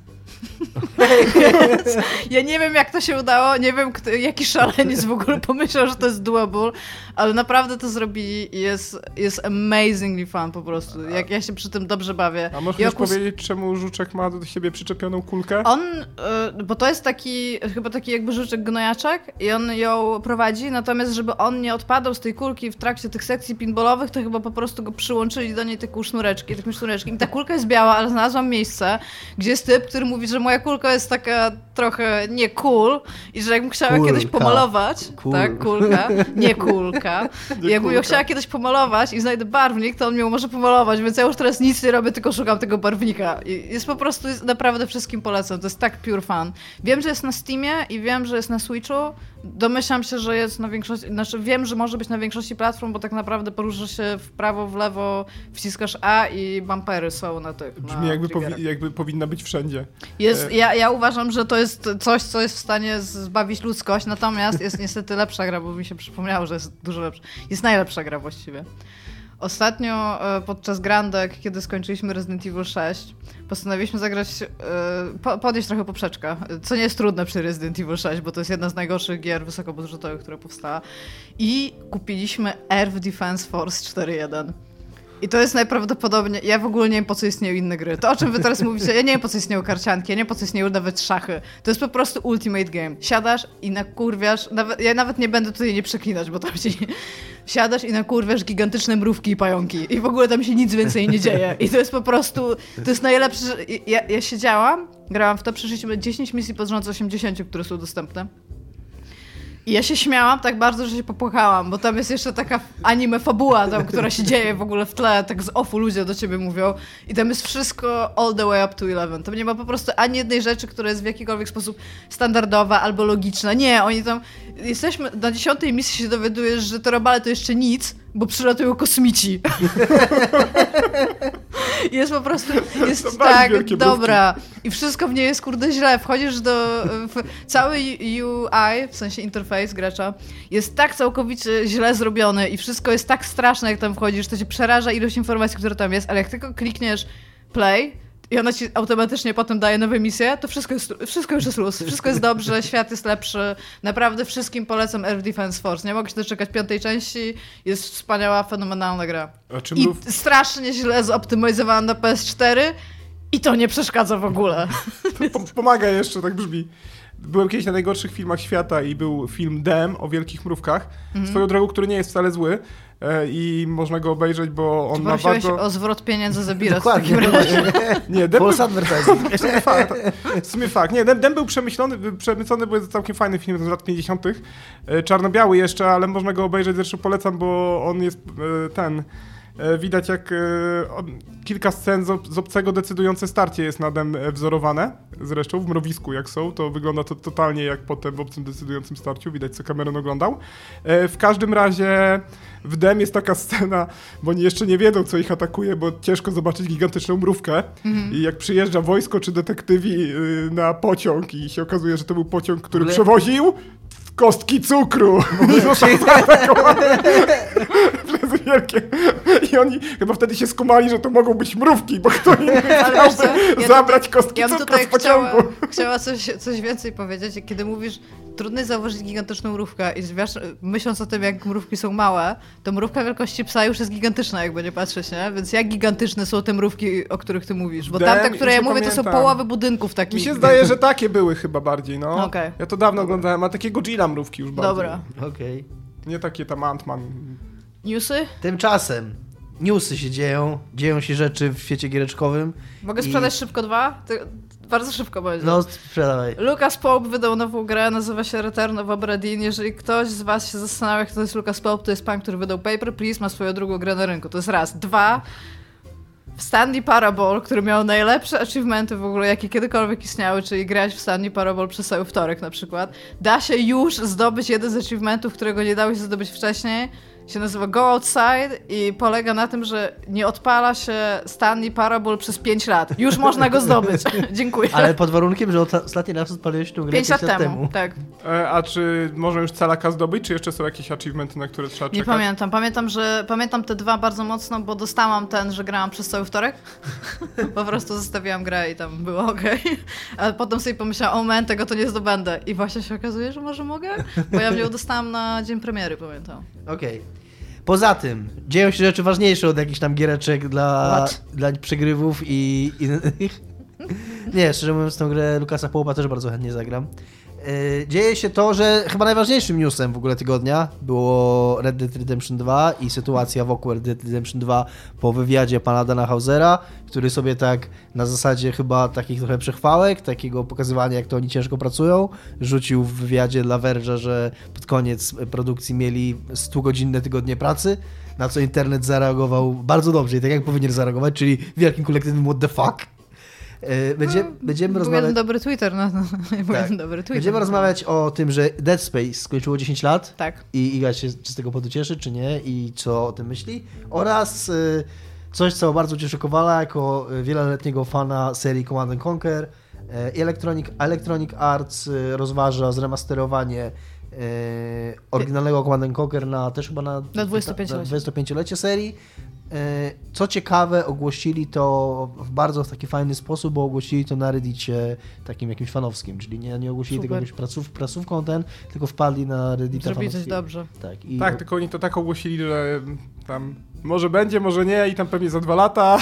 Ja nie wiem, jak to się udało, nie wiem, jaki szaleniec w ogóle pomyślał, że to jest doable, ale naprawdę to zrobili i jest amazingly fun po prostu. Jak ja się przy tym dobrze bawię. A możesz powiedzieć, czemu żuczek ma do siebie przyczepioną kulkę? On, bo to jest chyba taki jakby żuczek gnojaczek i on ją prowadzi, natomiast żeby on nie odpadał z tej kulki w trakcie tych sekcji pinballowych, to chyba po prostu go przyłączyli do niej taką sznureczki. I ta kulka jest biała, ale znalazłam miejsce, gdzie jest typ, który mówi, że moja kulka jest taka trochę nie cool i że jakbym chciała kiedyś pomalować, tak, kulka, nie kulka, i jakbym ją chciała kiedyś pomalować i znajdę barwnik, to on mnie może pomalować, więc ja już teraz nic nie robię, tylko szukam tego barwnika. I jest naprawdę wszystkim polecam, to jest tak pure fun. Wiem, że jest na Steamie i wiem, że jest na Switchu, domyślam się, że jest na większości, znaczy wiem, że może być na większości platform, bo tak naprawdę poruszasz się w prawo, w lewo, wciskasz A i bumpery są na tych. Brzmi jakby powinna być wszędzie. Ja uważam, że to jest coś, co jest w stanie zbawić ludzkość, natomiast jest niestety lepsza gra, bo mi się przypomniało, że jest dużo lepsza. Jest najlepsza gra właściwie. Ostatnio podczas Grandek, kiedy skończyliśmy Resident Evil 6, postanowiliśmy zagrać, podnieść trochę poprzeczkę, co nie jest trudne przy Resident Evil 6, bo to jest jedna z najgorszych gier wysokobudżetowych, która powstała. I kupiliśmy Earth Defense Force 4.1. I to jest najprawdopodobniej... Ja w ogóle nie wiem, po co istnieją inne gry. To, o czym wy teraz mówicie, ja nie wiem, po co istnieją karcianki, ja nie wiem, po co istnieją nawet szachy. To jest po prostu ultimate game. Siadasz i nakurwiasz... Ja nawet nie będę tutaj nie przeklinać, bo tam się... Siadasz i nakurwiasz gigantyczne mrówki i pająki. I w ogóle tam się nic więcej nie dzieje. I to jest po prostu... To jest najlepsze... Ja siedziałam, grałam w to, przeszliśmy 10 misji pod rząd z 80, które są dostępne. I ja się śmiałam tak bardzo, że się popłakałam, bo tam jest jeszcze taka anime fabuła, tam, która się dzieje w ogóle w tle, tak z offu ludzie do ciebie mówią i tam jest wszystko all the way up to 11. Tam nie ma po prostu ani jednej rzeczy, która jest w jakikolwiek sposób standardowa albo logiczna. Nie, oni tam... Jesteśmy... Na 10. misji się dowiadujesz, że te robale to jeszcze nic, bo przylatują kosmici. Jest po prostu... Jest tak dobra. I wszystko w niej jest kurde źle. Wchodzisz do... Cały UI, w sensie interfejs gracza, jest tak całkowicie źle zrobiony i wszystko jest tak straszne, jak tam wchodzisz, to cię przeraża ilość informacji, które tam jest, ale jak tylko klikniesz play i ona ci automatycznie potem daje nowe misje, to wszystko już jest luz. Wszystko jest dobrze, świat jest lepszy. Naprawdę wszystkim polecam Earth Defense Force. Nie mogę się doczekać 5. części. Jest wspaniała, fenomenalna gra. Strasznie źle zoptymalizowana na PS4 i to nie przeszkadza w ogóle. Pomaga jeszcze, tak brzmi. Byłem kiedyś na najgorszych filmach świata i był film Dem o wielkich mrówkach. Swoją drogą, który nie jest wcale zły. I można go obejrzeć, bo on ma bardzo... o zwrot pieniędzy za bilet. Dokładnie. Nie, False advertising. W sumie fakt. Nie, Dem był przemycony, bo jest całkiem fajny film z lat 50. Czarno-biały jeszcze, ale można go obejrzeć, zresztą polecam, bo on jest widać jak kilka scen z Obcego decydujące starcie jest na Dem wzorowane. Zresztą w mrowisku jak są, to wygląda to totalnie jak potem w Obcym decydującym starciu. Widać, co Cameron oglądał. W każdym razie w Dem jest taka scena, bo oni jeszcze nie wiedzą, co ich atakuje, bo ciężko zobaczyć gigantyczną mrówkę. I jak przyjeżdża wojsko czy detektywi na pociąg i się okazuje, że to był pociąg, który przewoził kostki cukru. Przez wielkie. I oni chyba wtedy się skumali, że to mogą być mrówki, bo kto inny chciałby zabrać kostki cukru z pociągu. Chciała coś więcej powiedzieć. Kiedy mówisz, trudno jest zauważyć gigantyczną mrówkę i myśląc o tym, jak mrówki są małe, to mrówka wielkości psa już jest gigantyczna, jakby nie patrzeć, nie? Więc jak gigantyczne są te mrówki, o których ty mówisz? Bo tamte, które ja mówię, to są połowy budynków takich. Mi się zdaje, że takie były chyba bardziej, no. Okay. Ja to dawno oglądałem, a takie Godzilla mrówki już bardziej. Dobra. Okej. Nie takie tam Ant-Man. Newsy? Tymczasem newsy się dzieją się rzeczy w świecie giereczkowym. Mogę sprzedać szybko 2? Bardzo szybko będzie. No, sprzedawaj. Lucas Pope wydał nową grę, nazywa się Return of Obra Dinn. Jeżeli ktoś z was się zastanawia, kto to jest Lucas Pope, to jest pan, który wydał Paper Please, ma swoją drugą grę na rynku. To jest raz. 2. W Stanley Parable, który miał najlepsze achievementy w ogóle, jakie kiedykolwiek istniały, czyli grać w Stanley Parable przez cały wtorek na przykład, da się już zdobyć jeden z achievementów, którego nie dało się zdobyć wcześniej. się nazywa Go Outside i polega na tym, że nie odpala się Stanley Parable przez 5 lat. Już można go zdobyć. Dziękuję. Ale pod warunkiem, że ostatni raz odpaliłeś tą grę 5 lat temu. Tak. A czy można już calaka zdobyć, czy jeszcze są jakieś achievementy, na które trzeba czekać? Nie pamiętam. Pamiętam te 2 bardzo mocno, bo dostałam ten, że grałam przez cały wtorek. Po prostu zostawiłam grę i tam było okej. A potem sobie pomyślałam, tego to nie zdobędę. I właśnie się okazuje, że może mogę? Bo ja ją dostałam na dzień premiery, pamiętam. Okej. Poza tym, dzieją się rzeczy ważniejsze od jakichś tam giereczek dla przegrywów i innych. Nie, szczerze mówiąc, tę grę Lukasa Połopa też bardzo chętnie zagram. Dzieje się to, że chyba najważniejszym newsem w ogóle tygodnia było Red Dead Redemption 2 i sytuacja wokół Red Dead Redemption 2 po wywiadzie pana Dana Hausera, który sobie tak na zasadzie chyba takich trochę przechwałek, takiego pokazywania, jak to oni ciężko pracują, rzucił w wywiadzie dla Verge'a, że pod koniec produkcji mieli 100-godzinne tygodnie pracy, na co internet zareagował bardzo dobrze i tak jak powinien zareagować, czyli wielkim kolektywnym what the fuck. Będziemy rozmawiać... jeden dobry Twitter. Będziemy rozmawiać o tym, że Dead Space skończyło 10 lat. Tak. I Iga się z tego powodu cieszy, czy nie, i co o tym myśli. Oraz coś, co bardzo cieszy Kowala jako wieloletniego fana serii Command & Conquer. Electronic Arts rozważa zremasterowanie oryginalnego Command & Conquer na też chyba na 25-lecie serii. Co ciekawe, ogłosili to w bardzo taki fajny sposób, bo ogłosili to na Reddicie takim jakimś fanowskim, czyli nie ogłosili tego jakąś prasówką tylko wpadli na Reddita zrobili coś dobrze. Tak, tylko oni to tak ogłosili, że tam może będzie, może nie i tam pewnie za 2 lata.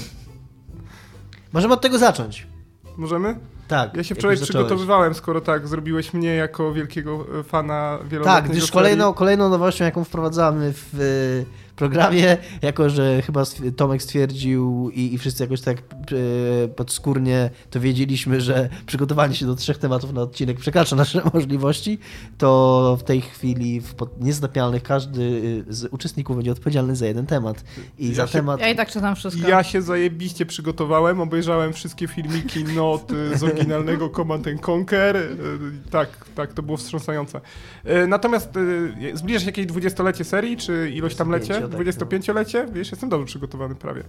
Możemy od tego zacząć. Możemy? Tak. Ja się wczoraj przygotowywałem, skoro tak zrobiłeś mnie jako wielkiego fana wieloletniego. Tak, gdyż kolejną nowością, jaką wprowadzamy w programie, jako że chyba Tomek stwierdził i wszyscy jakoś tak podskórnie to wiedzieliśmy, że przygotowanie się do 3 tematów na odcinek przekracza nasze możliwości, to w tej chwili w Niezatapialnych każdy z uczestników będzie odpowiedzialny za jeden temat. Ja i tak czytam wszystko. Ja się zajebiście przygotowałem, obejrzałem wszystkie filmiki, noty z oryginalnego Command & Conquer. Tak, to było wstrząsające. Natomiast zbliża się jakieś 20-lecie serii, czy ilość tam lecie? 25-lecie? Wiesz, jestem dobrze przygotowany prawie.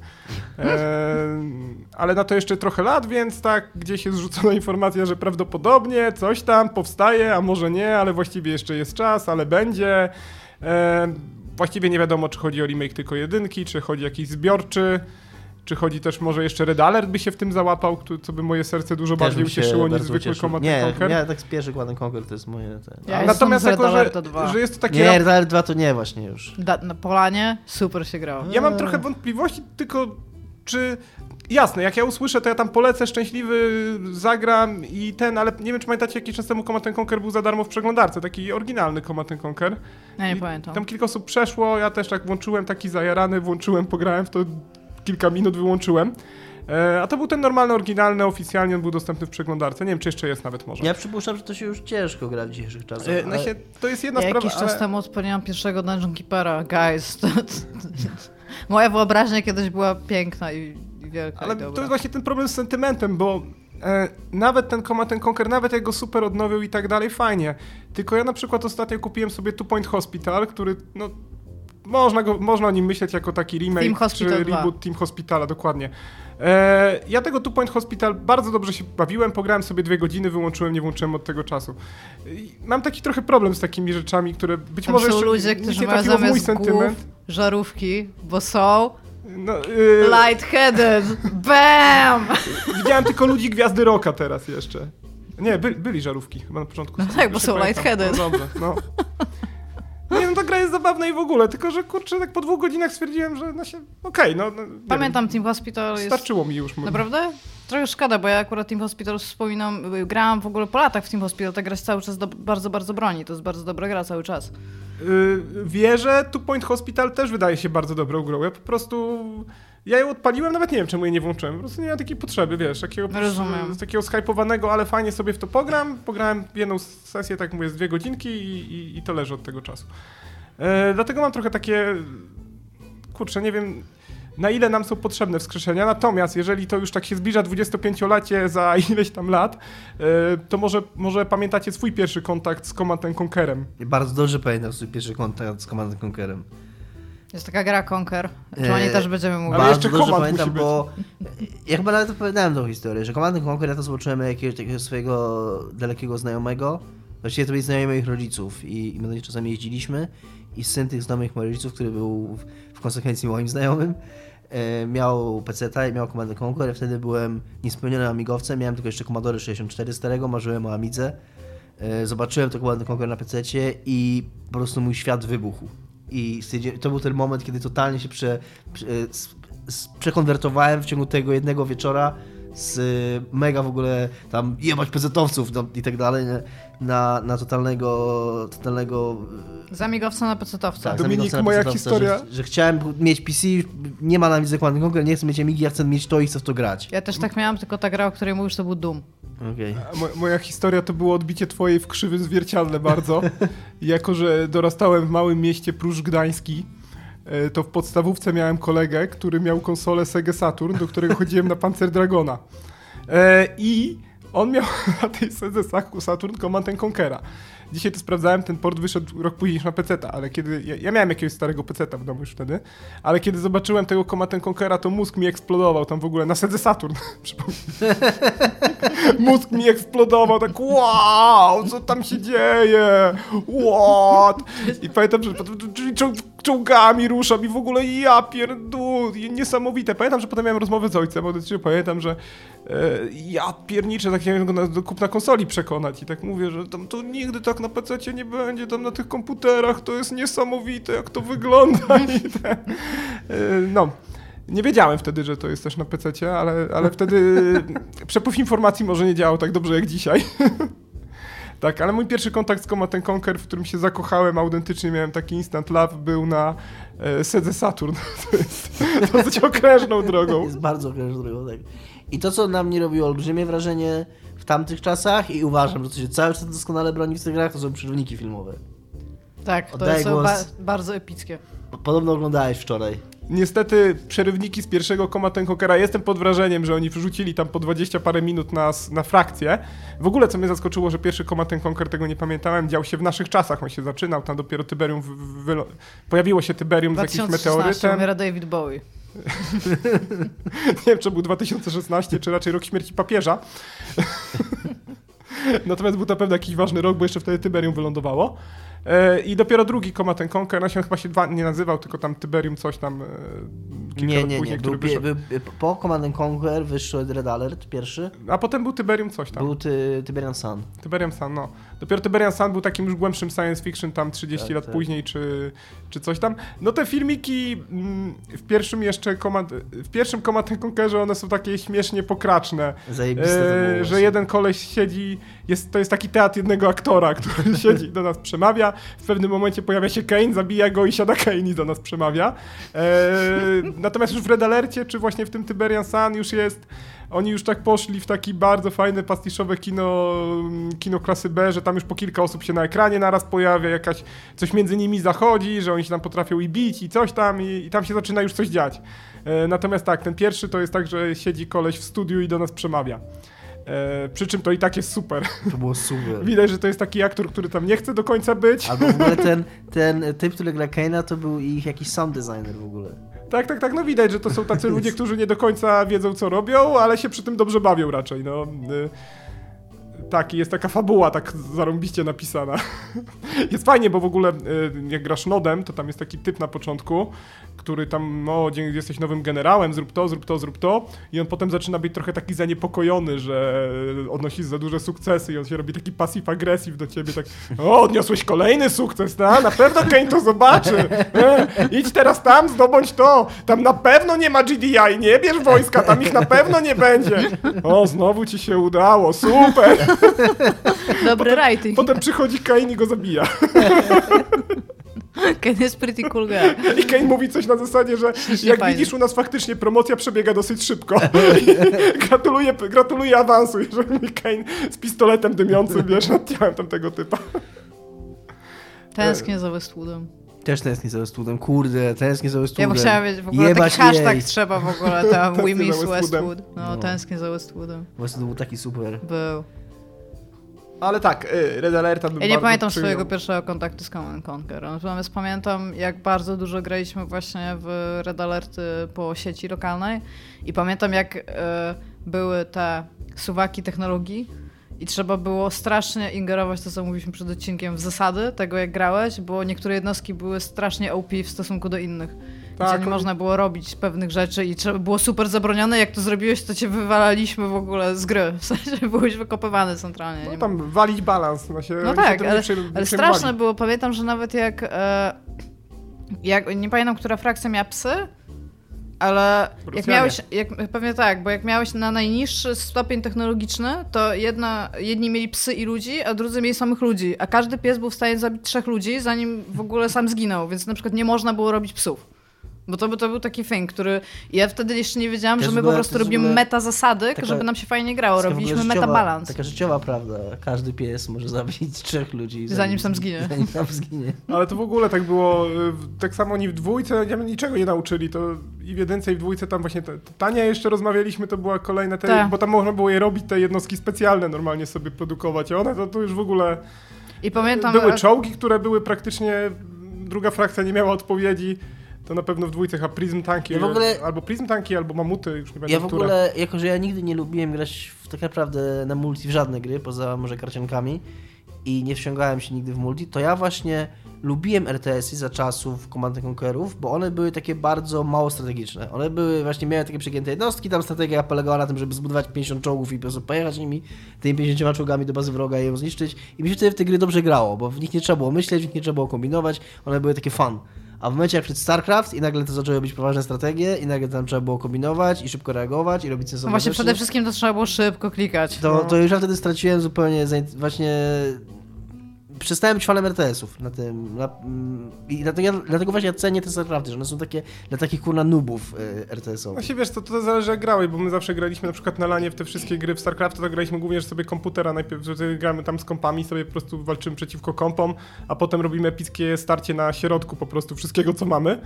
Ale na to jeszcze trochę lat, więc tak gdzieś jest rzucona informacja, że prawdopodobnie coś tam powstaje, a może nie, ale właściwie jeszcze jest czas, ale będzie. Właściwie nie wiadomo, czy chodzi o remake tylko 1, czy chodzi o jakiś zbiorczy, czy chodzi też może jeszcze Red Alert by się w tym załapał, co by moje serce dużo bardziej ucieszyło niż zwykły Command & Conquer. Nie, tak pierwszy Command & Conquer to jest moje... Natomiast jako, że jest to takie... Nie, Red Alert 2 to nie właśnie już. Na Polanie super się grało. Ja mam trochę wątpliwości, tylko czy... Jasne, jak ja usłyszę, to ja tam polecę, szczęśliwy, zagram i ale nie wiem, czy pamiętacie, jakiś czas temu Command & Conquer był za darmo w przeglądarce, taki oryginalny Command & Conquer. Ja nie pamiętam. Tam kilka osób przeszło, ja też tak włączyłem, taki zajarany, pograłem w to kilka minut, wyłączyłem. A to był ten normalny, oryginalny, oficjalnie on był dostępny w przeglądarce. Nie wiem, czy jeszcze jest nawet może. Ja przypuszczam, że to się już ciężko gra w dzisiejszych czasach. To jest jedna sprawa. Jakiś czas temu odpaliłam pierwszego Dungeon Keepera, guys. Moja wyobraźnia kiedyś była piękna i wielka. Ale to jest właśnie ten problem z sentymentem, bo nawet ten Command & Conquer, nawet jak go super odnowił i tak dalej, fajnie. Tylko ja na przykład ostatnio kupiłem sobie Two Point Hospital, który można o nim myśleć jako taki remake czy reboot Team Hospitala, dokładnie. Ja tego Two Point Hospital bardzo dobrze się bawiłem, pograłem sobie 2 godziny, wyłączyłem, nie włączyłem od tego czasu. Mam taki trochę problem z takimi rzeczami, które być tam może są jeszcze ludzie, którzy mają zamiast głów żarówki, bo są lightheaded. Bam! Widziałem tylko ludzi Gwiazdy Rocka teraz jeszcze. Nie, byli żarówki chyba na początku. No tak, bo są lightheaded. No dobrze, Nie, ta gra jest zabawna i w ogóle, tylko że kurczę, tak po 2 godzinach stwierdziłem, że Pamiętam Team Hospital. Starczyło mi już. Naprawdę? Trochę szkoda, bo ja akurat Team Hospital wspominam, grałam w ogóle po latach w Team Hospital, ta gra się cały czas bardzo, bardzo broni, to jest bardzo dobra gra cały czas. Wierzę, Two Point Hospital też wydaje się bardzo dobrą grą, ja po prostu... Ja ją odpaliłem, nawet nie wiem, czemu jej nie włączyłem. Po prostu nie miałem takiej potrzeby, wiesz, takiego skypowanego, ale fajnie sobie w to pograłem w jedną sesję, tak mówię, z 2 godzinki i to leży od tego czasu. Dlatego mam trochę takie, kurczę, nie wiem, na ile nam są potrzebne wskrzeszenia. Natomiast jeżeli to już tak się zbliża 25-lecie za ileś tam lat, to może pamiętacie swój pierwszy kontakt z Command & Conquerem. Bardzo dobrze pamiętam swój pierwszy kontakt z Command & Conquerem. Jest taka gra Conquer, czy o niej też będziemy mówić. Ale jeszcze Bardzo dobrze Command pamiętam, musi bo ja chyba nawet opowiadałem tą historię, że Command & Conquer ja to zobaczyłem jakiegoś takiego swojego dalekiego znajomego. Właściwie to byli znajomi moich rodziców i my do nich czasami jeździliśmy i syn tych znajomych moich rodziców, który był w konsekwencji moim znajomym, miał PC-ta i miał Command & Conquer. Ja wtedy byłem niespełnionym amigowcem, miałem tylko jeszcze Commodore 64 starego, marzyłem o Amidze. Zobaczyłem to Command & Conquer na PC-cie i po prostu mój świat wybuchł. I to był ten moment, kiedy totalnie się przekonwertowałem w ciągu tego jednego wieczora z mega w ogóle tam jebać PC-towców i tak dalej na totalnego Z amigowca na PC-towca. Tak, Dominik, moja historia. Że chciałem mieć PC, nie ma na widzę Command & Conquer, nie chcę mieć Amigi, ja chcę mieć to i chcę w to grać. Ja też tak miałam, tylko ta gra, o której mówisz, to był Doom. Okay. Moja historia to było odbicie twojej w krzywy zwierciadle bardzo. Jako że dorastałem w małym mieście Pruszcz Gdański, to w podstawówce miałem kolegę, który miał konsolę Sega Saturn, do którego chodziłem na Panzer Dragona. I on miał na tej Sedze Saturn Command & Conquera. Dzisiaj to sprawdzałem, ten port wyszedł rok później niż na PC-ta, ale kiedy... Ja miałem jakiegoś starego PC-ta w domu już wtedy, ale kiedy zobaczyłem tego Command & Conquera, to mózg mi eksplodował tam w ogóle na Sedze Saturn. Mózg mi eksplodował, tak wow, co tam się dzieje? What? I pamiętam, że czołgami ruszam i w ogóle ja pierdolę, niesamowite. Pamiętam, że potem miałem rozmowę z ojcem, pamiętam, że ja pierniczę, tak chciałem go do kupna konsoli przekonać i tak mówię, że tam to nigdy tak na PC-cie nie będzie, tam na tych komputerach to jest niesamowite, jak to wygląda i no. Nie wiedziałem wtedy, że to jest też na PC-cie, ale wtedy przepływ informacji może nie działał tak dobrze jak dzisiaj. Tak, ale mój pierwszy kontakt z Command & Conquer, w którym się zakochałem, autentycznie miałem taki instant love, był na Sedze Saturn. To jest dosyć okrężną drogą. Jest bardzo okrężną drogą, tak. I to, co na mnie robiło olbrzymie wrażenie w tamtych czasach i uważam, że to się cały czas doskonale broni w tych grach, to są przerwniki filmowe. Tak, to jest bardzo epickie. Podobno oglądałeś wczoraj. Niestety przerywniki z pierwszego Command & Conquera, jestem pod wrażeniem, że oni wrzucili tam po 20 parę minut na frakcję. W ogóle co mnie zaskoczyło, że pierwszy Command & Conquer, tego nie pamiętałem, dział się w naszych czasach, on się zaczynał, tam dopiero Tiberium, pojawiło się Tiberium z jakimś meteorytem. Umiera David Bowie. Nie wiem, czy był 2016, czy raczej rok śmierci papieża. Natomiast był to pewnie jakiś ważny rok, bo jeszcze wtedy Tiberium wylądowało. I dopiero drugi Command & Conquer, no się chyba się nie nazywał, tylko tam Tiberium coś tam kilka lat później, który wyszedł. Po Command & Conquer wyszedł Red Alert pierwszy. A potem był Tiberium coś tam. Był Tiberian Sun. Tiberium Sun, no. Dopiero Tiberian Sun był takim już głębszym science fiction tam 30 lat później, czy coś tam. No te filmiki w pierwszym Command & Conquerze one są takie śmiesznie pokraczne. Zajebiste że jeden koleś siedzi, to jest taki teatr jednego aktora, który siedzi i do nas przemawia. W pewnym momencie pojawia się Kane, zabija go i siada Kane i do nas przemawia. Natomiast już w Red Alercie, czy właśnie w tym Tiberian Sun już jest, oni już tak poszli w taki bardzo fajne, pastiszowe kino klasy B, że tam już po kilka osób się na ekranie naraz pojawia, coś między nimi zachodzi, że oni się tam potrafią i bić i coś tam i tam się zaczyna już coś dziać. Natomiast tak, ten pierwszy to jest tak, że siedzi koleś w studiu i do nas przemawia. Przy czym to i tak jest super. To było super. Widać, że to jest taki aktor, który tam nie chce do końca być. Albo w ogóle ten typ, który gra Kane'a, to był ich jakiś sound designer w ogóle. Tak, no widać, że to są tacy ludzie, którzy nie do końca wiedzą, co robią, ale się przy tym dobrze bawią raczej, no. Tak, i jest taka fabuła tak zarąbiście napisana. Jest fajnie, bo w ogóle jak grasz nodem, to tam jest taki typ na początku, który tam, jesteś nowym generałem, zrób to i on potem zaczyna być trochę taki zaniepokojony, że odnosisz za duże sukcesy i on się robi taki passive-aggressive do ciebie, tak odniosłeś kolejny sukces, na pewno Kane to zobaczy, idź teraz tam, zdobądź to, tam na pewno nie ma GDI, nie bierz wojska, tam ich na pewno nie będzie. Znowu ci się udało, super. Dobry writing. Potem przychodzi Kane i go zabija. Kane jest pretty cool guy. I Kane mówi coś na zasadzie, że jak widzisz, u nas faktycznie promocja przebiega dosyć szybko. Gratuluję awansu, jeżeli mówi Kane z pistoletem dymiącym, wiesz, nad ciałem tamtego typa. Tęsknię za Westwoodem. Też tęsknię za Westwoodem, kurde, tęsknię za Westwoodem. Ja bym chciała wiedzieć, w ogóle taki hashtag trzeba w ogóle, tam We Miss Westwood. No, tęsknię za Westwoodem. Westwood był taki super. Był. Ale tak, Red Alerta bym Ja nie pamiętam swojego pierwszego kontaktu z Command Conquer. Natomiast pamiętam, jak bardzo dużo graliśmy właśnie w Red Alerty po sieci lokalnej i pamiętam, jak były te suwaki technologii i trzeba było strasznie ingerować to, co mówiliśmy przed odcinkiem, w zasady tego, jak grałeś, bo niektóre jednostki były strasznie OP w stosunku do innych. Tak, gdzie nie można było robić pewnych rzeczy i trzeba było super zabronione. Jak to zrobiłeś, to cię wywalaliśmy w ogóle z gry. W sensie byłeś wykopywany centralnie. No tam walić balans. No tak, ale straszne było. Pamiętam, że nawet jak nie pamiętam, która frakcja miała psy, ale jak miałeś, pewnie tak, bo jak miałeś na najniższy stopień technologiczny, to jedni mieli psy i ludzi, a drudzy mieli samych ludzi, a każdy pies był w stanie zabić 3 ludzi, zanim w ogóle sam zginął, więc na przykład nie można było robić psów. Bo to był taki thing, który ja wtedy jeszcze nie wiedziałam, że my po prostu robimy meta zasady, żeby nam się fajnie grało. Robiliśmy meta balans. Taka życiowa prawda. Każdy pies może zabić 3 ludzi. Zanim sam zginie. Ale to w ogóle tak było. Tak samo oni w dwójce niczego nie nauczyli. To i w jedynce, i w dwójce tam właśnie Tania jeszcze rozmawialiśmy, to była kolejna bo tam można było je robić, te jednostki specjalne normalnie sobie produkować. A one to już w ogóle... I pamiętam... Były czołgi, które były praktycznie... Druga frakcja nie miała odpowiedzi. To na pewno w dwójce, a Prism Tanki, albo Prism Tanki, albo Mamuty, już nie pamiętam, które. Ja w ogóle, jako że ja nigdy nie lubiłem grać tak naprawdę na multi w żadne gry, poza może karciankami i nie wciągałem się nigdy w multi, to ja właśnie lubiłem RTS-y za czasów Command & Conquerów, bo one były takie bardzo mało strategiczne. One miały takie przegięte jednostki, tam strategia polegała na tym, żeby zbudować 50 czołgów i po prostu pojechać nimi, tymi 50 czołgami do bazy wroga i ją zniszczyć. I mi się wtedy w te gry dobrze grało, bo w nich nie trzeba było myśleć, w nich nie trzeba było kombinować, one były takie fun. A w momencie jak przed StarCraft i nagle to zaczęły być poważne strategie i nagle tam trzeba było kombinować i szybko reagować i robić sensowne rzeczy. Właśnie przede wszystkim to trzeba było szybko klikać. To już ja wtedy straciłem zupełnie właśnie... Przestałem być fanem RTS-ów na tym. I dlatego właśnie ja cenię te StarCrafty, że one są takie dla takich kurna noobów RTS-owych. Właśnie wiesz, to zależy jak grałeś, bo my zawsze graliśmy na przykład na lanie w te wszystkie gry w StarCrafta, to graliśmy głównie, że sobie komputera najpierw, że gramy tam z kompami, sobie po prostu walczymy przeciwko kompom, a potem robimy epickie starcie na środku po prostu wszystkiego, co mamy.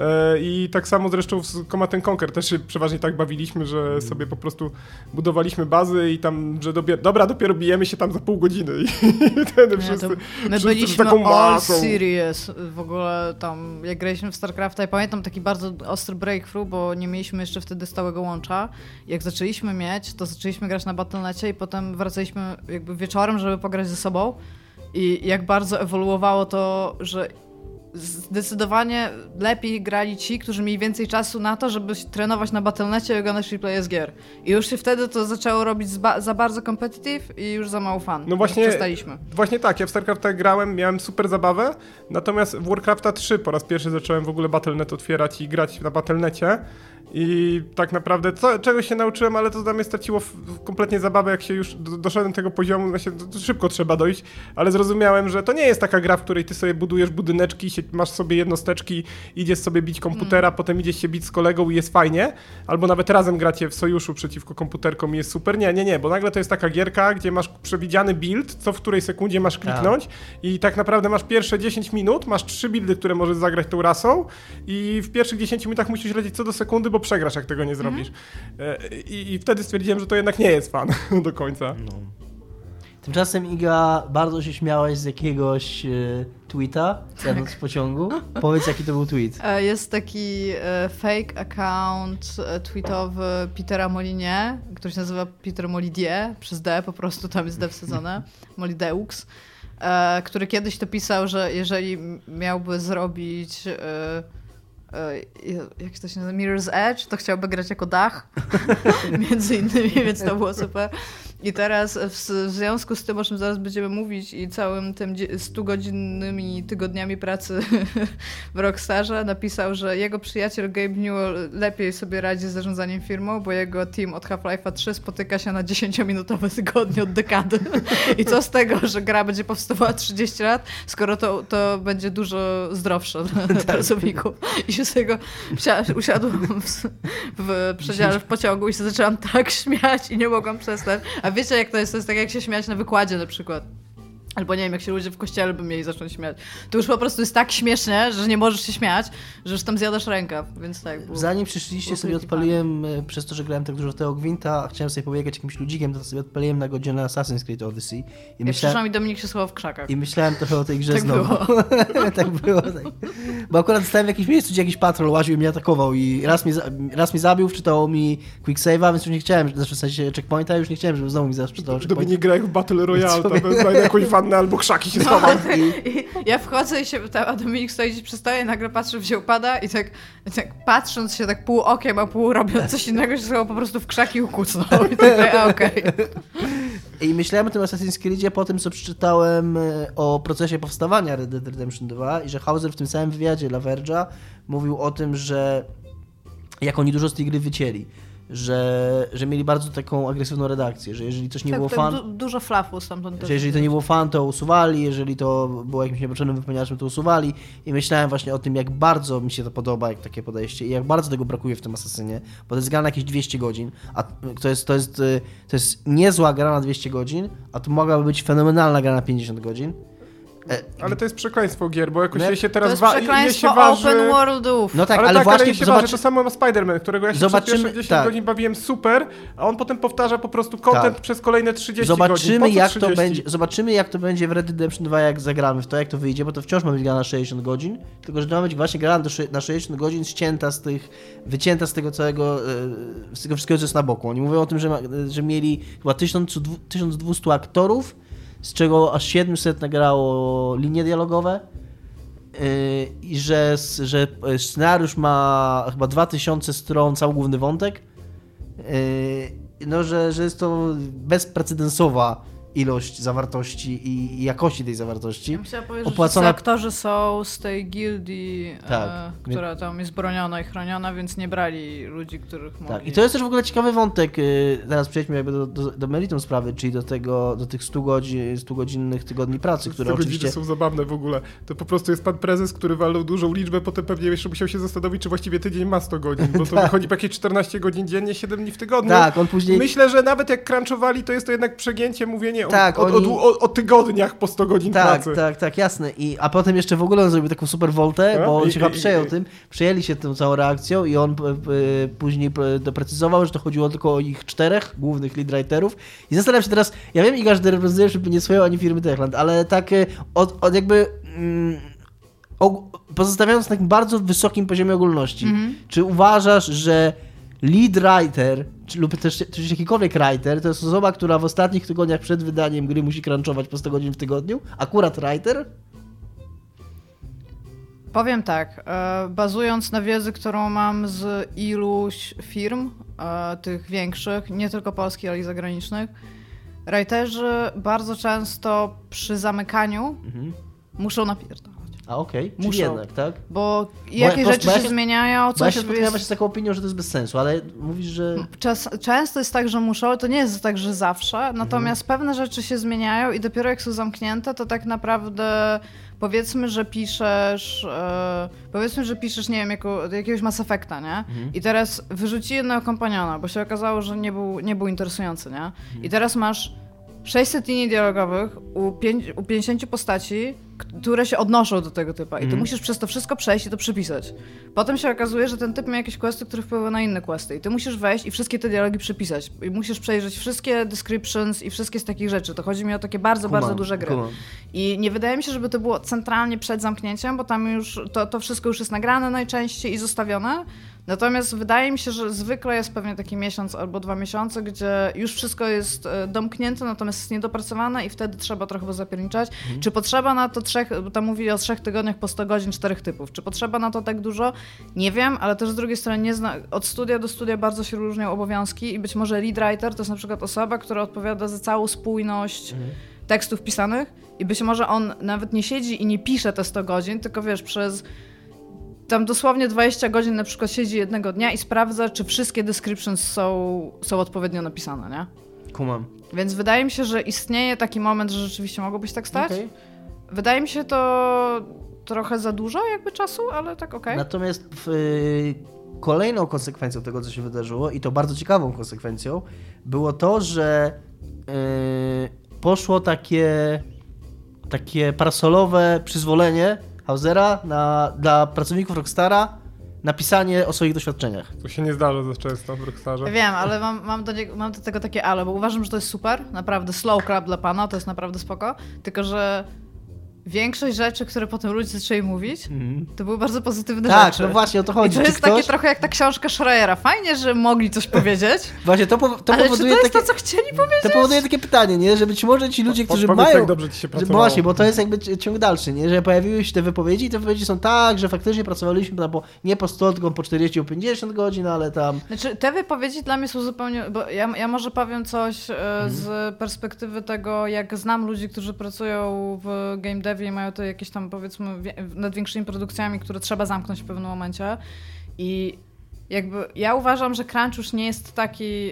I tak samo zresztą z Command & Conquer też się przeważnie tak bawiliśmy, że sobie po prostu budowaliśmy bazy i tam, że dopiero bijemy się tam za pół godziny i wtedy wszyscy my byliśmy taką all serious w ogóle tam, jak graliśmy w StarCrafta i pamiętam taki bardzo ostry breakthrough, bo nie mieliśmy jeszcze wtedy stałego łącza. Jak zaczęliśmy mieć, to zaczęliśmy grać na Battle.necie i potem wracaliśmy jakby wieczorem, żeby pograć ze sobą i jak bardzo ewoluowało to, że zdecydowanie lepiej grali ci, którzy mieli więcej czasu na to, żeby trenować na Battle.necie i oglądać replaye z gier. I już się wtedy to zaczęło robić za bardzo competitive i już za mało fan. No właśnie tak, ja w StarCrafta grałem, miałem super zabawę, natomiast w Warcrafta 3 po raz pierwszy zacząłem w ogóle Battle.net otwierać i grać na Battle.necie. I tak naprawdę czegoś się nauczyłem, ale to dla mnie straciło kompletnie zabawę, jak się już doszedłem do tego poziomu, właśnie to szybko trzeba dojść, ale zrozumiałem, że to nie jest taka gra, w której ty sobie budujesz budyneczki, masz sobie jednosteczki, idziesz sobie bić komputera, potem idziesz się bić z kolegą i jest fajnie, albo nawet razem gracie w sojuszu przeciwko komputerkom i jest super. Nie, bo nagle to jest taka gierka, gdzie masz przewidziany build, co w której sekundzie masz kliknąć i tak naprawdę masz pierwsze 10 minut, masz 3 buildy, które możesz zagrać tą rasą i w pierwszych 10 minutach musisz lecieć co do sekundy, bo przegrasz, jak tego nie zrobisz. I wtedy stwierdziłem, że to jednak nie jest fan do końca. No. Tymczasem, Iga, bardzo się śmiałaś z jakiegoś tweeta jadąc w pociągu. Powiedz, jaki to był tweet. Jest taki fake account tweetowy Petera Molinie, który się nazywa Peter Molidie, przez D po prostu, tam jest D wsadzone, Molideux, który kiedyś to pisał, że jeżeli miałby zrobić jak to się nazywa? Mirror's Edge, to chciałby grać jako dach, między innymi, więc to było super. I teraz w związku z tym, o czym zaraz będziemy mówić i całym tym 100-godzinnymi tygodniami pracy w Rockstarze, napisał, że jego przyjaciel Gabe Newell lepiej sobie radzi z zarządzaniem firmą, bo jego team od Half-Life'a 3 spotyka się na 10-minutowe tygodnie od dekady. I co z tego, że gra będzie powstawała 30 lat, skoro to będzie dużo zdrowsze dla pracowników. I się z tego usiadłam w przedziale w pociągu i się zaczęłam tak śmiać i nie mogłam przestać. A wiecie, jak to jest? To jest tak, jak się śmiać na wykładzie na przykład. Albo nie wiem, jak się ludzie w kościele by mieli zacząć śmiać. To już po prostu jest tak śmieszne, że nie możesz się śmiać, że już tam zjadasz rękaw, więc tak. Zanim przyszliście, sobie odpaliłem, przez to, że grałem tak dużo w tego Gwinta, a chciałem sobie pobiegać jakimś ludzikiem, to sobie odpaliłem na godzinę Assassin's Creed Odyssey. Przecież Dominik się schował w krzakach. I myślałem trochę o tej grze tak znowu. Tak było. Tak. Bo akurat stałem w jakimś miejscu, gdzie jakiś patrol łaził i mnie atakował i raz mi zabił, wczytało mi quick save'a, więc już nie chciałem, w sensie checkpointa, już nie chciałem, żeby znowu mi wczytało checkpoint. Dominik gra jak w Battle Royale, tam znajdę jakąś wannę albo krzaki się schowam. I ja wchodzę i się a Dominik stoi gdzieś przystaje, nagle patrzy, gdzie upada i tak patrząc się tak pół okiem, a pół robiąc coś innego, się schował po prostu w krzaki i ukucnął. I tak, okej. I myślałem o tym Assassin's Creedzie po tym, co przeczytałem o procesie powstawania Red Dead Redemption 2 i że Hauser w tym samym wywiadzie La Verge'a mówił o tym, że jak oni dużo z tej gry wycięli. Że mieli bardzo taką agresywną redakcję, że jeżeli coś nie było fan... Dużo flafu stamtąd. Że jeżeli to nie było fan, to usuwali, jeżeli to było jakimś niepotrzebnym wypełniaczem, to usuwali i myślałem właśnie o tym, jak bardzo mi się to podoba, jak takie podejście i jak bardzo tego brakuje w tym Asasynie, bo to jest gra na jakieś 200 godzin, a to jest niezła gra na 200 godzin, a to mogłaby być fenomenalna gra na 50 godzin. Ale to jest przekleństwo gier, bo jakoś się teraz to jest przekleństwo open worldów. No tak, ale ale właśnie się waży, to samo ma Spider-Man, którego ja się przez pierwsze 10 godzin bawiłem super, a on potem powtarza po prostu content przez kolejne 30 godzin. Zobaczymy, jak to będzie w Red Dead Redemption 2, jak zagramy w to, jak to wyjdzie, bo to wciąż ma być gra na 60 godzin, tylko że to ma być właśnie gra na 60 godzin wycięta z tego całego, z tego wszystkiego, co jest na boku. Oni mówią o tym, że mieli chyba 1200 aktorów, z czego aż 700 nagrało linie dialogowe i że scenariusz ma chyba 2000 stron, cały główny wątek. No, że jest to bezprecedensowa ilość zawartości i jakości tej zawartości. Ja chciałam powiedzieć, że aktorzy są z tej gildii, która tam jest broniona i chroniona, więc nie brali ludzi, których mogli. Tak, i to jest też w ogóle ciekawy wątek, zaraz przejdźmy jakby do meritum sprawy, czyli do tych 100-godzinnych tygodni pracy, które oczywiście... są zabawne w ogóle. To po prostu jest pan prezes, który walnął dużą liczbę, potem pewnie jeszcze musiał się zastanowić, czy właściwie tydzień ma 100 godzin, bo to wychodzi po jakieś 14 godzin dziennie, 7 dni w tygodniu. Tak, on później... Myślę, że nawet jak crunchowali, to jest to jednak przegięcie, mówienie o tygodniach po 100 godzin pracy. Tak, jasne. A potem jeszcze w ogóle on zrobił taką super woltę, bo on się chyba przejęli się tą całą reakcją i on później doprecyzował, że to chodziło tylko o ich 4 głównych leadwriterów. I zastanawiam się teraz, ja wiem, Iga, że ty reprezentujesz nie swoją ani firmy Techland, ale tak od jakby... pozostawiając na takim bardzo wysokim poziomie ogólności, czy uważasz, że lead writer, lub też jakikolwiek writer, to jest osoba, która w ostatnich tygodniach przed wydaniem gry musi crunchować po 100 godzin w tygodniu? Akurat writer? Powiem tak, bazując na wiedzy, którą mam z iluś firm, tych większych, nie tylko polskich, ale i zagranicznych, writerzy bardzo często przy zamykaniu muszą napierdalać. A okej, czyli jednak, tak? Bo jakieś rzeczy się zmieniają. Ja się spotkałem właśnie z taką opinią, że to jest bez sensu, ale mówisz, że... Często jest tak, że muszą, to nie jest tak, że zawsze, natomiast pewne rzeczy się zmieniają i dopiero jak są zamknięte, to tak naprawdę powiedzmy, że piszesz, nie wiem, jakiegoś Mass Effecta, nie? I teraz wyrzuci jednego kompaniona, bo się okazało, że nie był interesujący, nie? I teraz masz 600 linii dialogowych u 50 postaci, które się odnoszą do tego typa. I ty musisz przez to wszystko przejść i to przypisać. Potem się okazuje, że ten typ ma jakieś questy, które wpływają na inne questy. I ty musisz wejść i wszystkie te dialogi przypisać. I musisz przejrzeć wszystkie descriptions i wszystkie z takich rzeczy. To chodzi mi o takie bardzo duże gry. I nie wydaje mi się, żeby to było centralnie przed zamknięciem, bo tam już to wszystko już jest nagrane najczęściej i zostawione. Natomiast wydaje mi się, że zwykle jest pewnie taki miesiąc albo 2 miesiące, gdzie już wszystko jest domknięte, natomiast jest niedopracowane i wtedy trzeba trochę pozapierniczać. Czy potrzeba na to bo tam mówili o 3 tygodniach po 100 godzin 4 typów. Czy potrzeba na to tak dużo? Nie wiem, ale też z drugiej strony od studia do studia bardzo się różnią obowiązki i być może lead writer to jest na przykład osoba, która odpowiada za całą spójność tekstów pisanych i być może on nawet nie siedzi i nie pisze te 100 godzin, tylko wiesz, przez tam dosłownie 20 godzin na przykład siedzi jednego dnia i sprawdza, czy wszystkie descriptions są odpowiednio napisane, nie? Kumam. Więc wydaje mi się, że istnieje taki moment, że rzeczywiście mogłoby się tak stać. Okay. Wydaje mi się to trochę za dużo jakby czasu, ale tak okej. Natomiast kolejną konsekwencją tego, co się wydarzyło i to bardzo ciekawą konsekwencją było to, że poszło takie takie parasolowe przyzwolenie Hausera dla pracowników Rockstara na pisanie o swoich doświadczeniach. To się nie zdarza za często w Rockstarze. Wiem, ale mam do tego takie ale, bo uważam, że to jest super, naprawdę slow clap dla pana, to jest naprawdę spoko, tylko że większość rzeczy, które potem ludzie zaczęli mówić, to były bardzo pozytywne rzeczy. Tak, no właśnie o to chodzi. I to jest takie trochę jak ta książka Schreiera. Fajnie, że mogli coś powiedzieć, właśnie to ale powoduje czy to jest takie, to, co chcieli powiedzieć? To powoduje takie pytanie, nie? Że być może ci ludzie, którzy Powiedz, mają... jak dobrze ci się pracowało. Właśnie, bo to jest jakby ciąg dalszy, nie? Że pojawiły się te wypowiedzi i te wypowiedzi są tak, że faktycznie pracowaliśmy nie po 100, tylko po 40-50 godzin, ale tam... Znaczy, te wypowiedzi dla mnie są zupełnie... Bo ja może powiem coś z perspektywy tego, jak znam ludzi, którzy pracują w game devie i mają to jakieś tam, powiedzmy, nad większymi produkcjami, które trzeba zamknąć w pewnym momencie. I jakby ja uważam, że crunch już nie jest taki,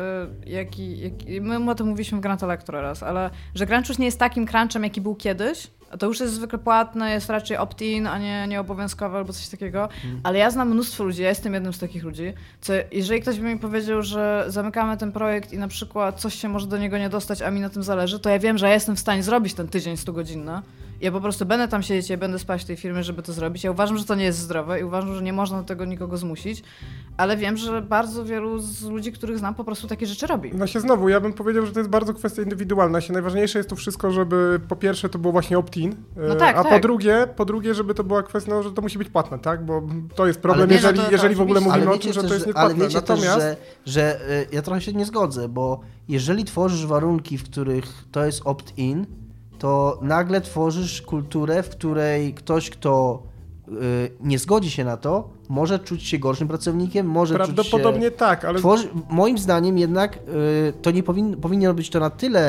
jaki my o tym mówiliśmy w Grand Electro raz, ale że crunch już nie jest takim crunchem, jaki był kiedyś. To już jest zwykle płatne, jest raczej opt-in, a nie obowiązkowe albo coś takiego. Ale ja znam mnóstwo ludzi, ja jestem jednym z takich ludzi, co jeżeli ktoś by mi powiedział, że zamykamy ten projekt i na przykład coś się może do niego nie dostać, a mi na tym zależy, to ja wiem, że ja jestem w stanie zrobić ten tydzień 100-godzinny. Ja po prostu będę tam siedzieć, ja będę spać w tej firmie, żeby to zrobić. Ja uważam, że to nie jest zdrowe i uważam, że nie można do tego nikogo zmusić, ale wiem, że bardzo wielu z ludzi, których znam, po prostu takie rzeczy robi. No się znowu, ja bym powiedział, że to jest bardzo kwestia indywidualna. Najważniejsze jest to wszystko, żeby po pierwsze to było właśnie opt-in, no tak, a tak. Po drugie, żeby to była kwestia, no, że to musi być płatne, tak? Bo to jest problem, Ale jeżeli w ogóle mówimy o tym, że też, to jest niepłatne. Ale wiecie Natomiast... też, że ja trochę się nie zgodzę, bo jeżeli tworzysz warunki, w których to jest opt-in, to nagle tworzysz kulturę, w której ktoś, kto nie zgodzi się na to, może czuć się gorszym pracownikiem, może prawdopodobnie czuć się... tak, ale... Moim zdaniem jednak to nie powinno być to na tyle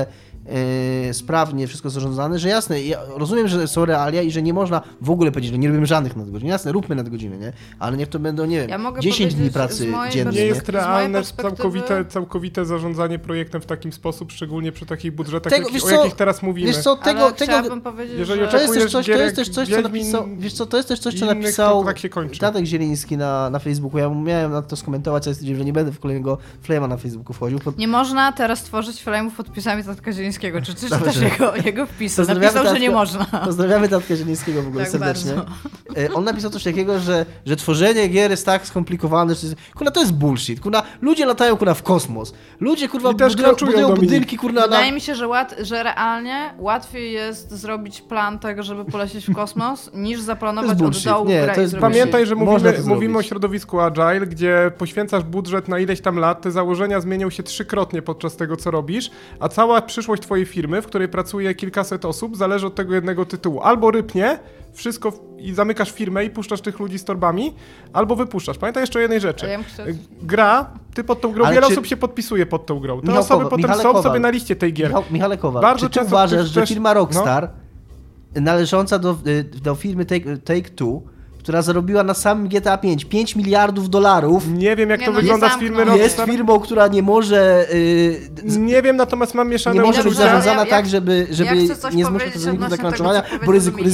sprawnie wszystko zarządzane, że jasne, ja rozumiem, że są realia i że nie można w ogóle powiedzieć, że nie robimy żadnych nadgodzin. Jasne, róbmy nadgodziny, nie? Ale niech to będą, nie wiem, 10 dni pracy dziennie. Nie jest realne całkowite zarządzanie projektem w takim sposób, szczególnie przy takich budżetach, o jakich teraz mówimy. Wiesz co, chciałabym powiedzieć, jeżeli że... To jest też coś, co napisał, wiesz co, to jest też coś, co napisał Tadek Zieliński na Facebooku. Ja miałem na to skomentować, ale stwierdziłem, że nie będę w kolejnego flame'a na Facebooku wchodził. Nie można teraz tworzyć flame'ów podpisami Tadka Zielińskiego. Czy ty czytasz jego wpisy? Napisał, że nie można. Pozdrawiamy Tadka Zielińskiego w ogóle tak, serdecznie. On napisał coś takiego, że tworzenie gier jest tak skomplikowane, że kurwa, to jest bullshit. Kurwa, ludzie latają kurwa w kosmos. Ludzie kurwa budują budynki kurwa. Wydaje mi się, że realnie łatwiej jest zrobić plan tego, żeby polecieć w kosmos, niż zaplanować od dołu grę. Pamiętaj, że mówimy o środowisku Agile, gdzie poświęcasz budżet na ileś tam lat, te założenia zmienią się 3-krotnie podczas tego, co robisz, a cała przyszłość twojej firmy, w której pracuje kilkaset osób, zależy od tego jednego tytułu. Albo rypnie wszystko i zamykasz firmę i puszczasz tych ludzi z torbami, albo wypuszczasz. Pamiętaj jeszcze o jednej rzeczy. Gra, ty pod tą grą, wiele osób się podpisuje pod tą grą. Te osoby potem są sobie na liście tej gier. Michale Kowal, czy ty uważasz, że firma Rockstar należąca do firmy Take-Two, która zarobiła na samym GTA 5 miliardów dolarów. Nie wiem, jak to wygląda z firmy Rockstar. Jest firmą, która nie może... nie wiem, natomiast mam mieszane uczucia. Nie może być zarządzana tak, żeby nie zmuszać pracowników do crunchowania, bo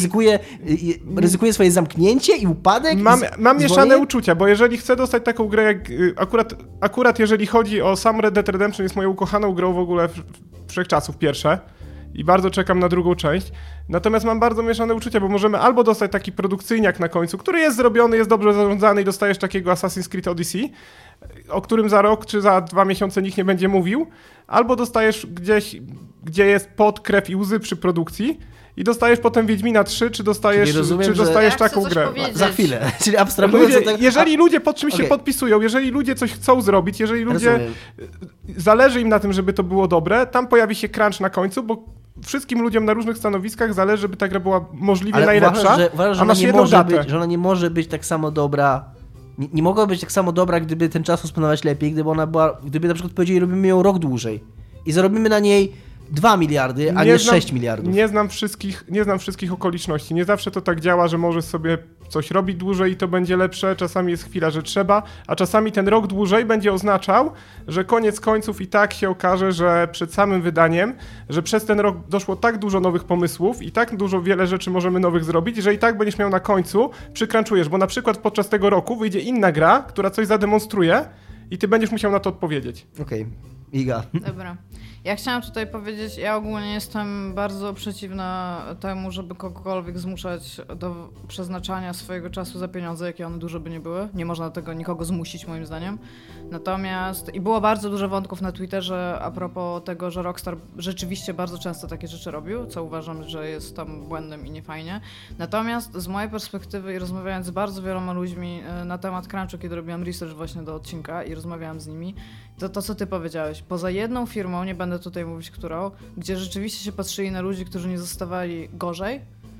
ryzykuje swoje zamknięcie i upadek. Mam mieszane uczucia, bo jeżeli chcę dostać taką grę, jak akurat jeżeli chodzi o sam Red Dead Redemption, jest moją ukochaną grą w ogóle wszechczasów pierwsze. I bardzo czekam na drugą część. Natomiast mam bardzo mieszane uczucia, bo możemy albo dostać taki produkcyjniak na końcu, który jest zrobiony, jest dobrze zarządzany i dostajesz takiego Assassin's Creed Odyssey, o którym za rok czy za 2 miesiące nikt nie będzie mówił, albo dostajesz gdzieś, gdzie jest pot, krew i łzy przy produkcji i dostajesz potem Wiedźmina 3, czy dostajesz taką grę. Za chwilę. Czyli abstrahując od tego... Jeżeli ludzie pod czymś się podpisują, jeżeli ludzie coś chcą zrobić, jeżeli ludzie zależy im na tym, żeby to było dobre, tam pojawi się crunch na końcu, bo wszystkim ludziom na różnych stanowiskach zależy, żeby ta gra była możliwie najlepsza, uważasz, a masz jedną datę. Że ona nie może być tak samo dobra, nie mogła być tak samo dobra, gdyby ten czas spędzać lepiej, gdyby na przykład powiedzieli, robimy ją rok dłużej i zarobimy na niej 2 miliardy, a nie 6 miliardów. Nie znam wszystkich okoliczności. Nie zawsze to tak działa, że możesz sobie coś robić dłużej i to będzie lepsze. Czasami jest chwila, że trzeba, a czasami ten rok dłużej będzie oznaczał, że koniec końców i tak się okaże, że przed samym wydaniem, że przez ten rok doszło tak dużo nowych pomysłów i tak wiele rzeczy możemy nowych zrobić, że i tak będziesz miał na końcu, przykrunchujesz, bo na przykład podczas tego roku wyjdzie inna gra, która coś zademonstruje i ty będziesz musiał na to odpowiedzieć. Okej. Iga. Dobra. Ja chciałam tutaj powiedzieć, ja ogólnie jestem bardzo przeciwna temu, żeby kogokolwiek zmuszać do przeznaczania swojego czasu za pieniądze, jakie one duże by nie były. Nie można do tego nikogo zmusić, moim zdaniem. Natomiast, i było bardzo dużo wątków na Twitterze a propos tego, że Rockstar rzeczywiście bardzo często takie rzeczy robił, co uważam, że jest tam błędem i niefajnie. Natomiast z mojej perspektywy i rozmawiając z bardzo wieloma ludźmi na temat crunchu, kiedy robiłam research właśnie do odcinka i rozmawiałam z nimi, to co ty powiedziałeś, poza jedną firmą, nie będę tutaj mówić którą, gdzie rzeczywiście się patrzyli na ludzi, którzy nie zostawali gorzej,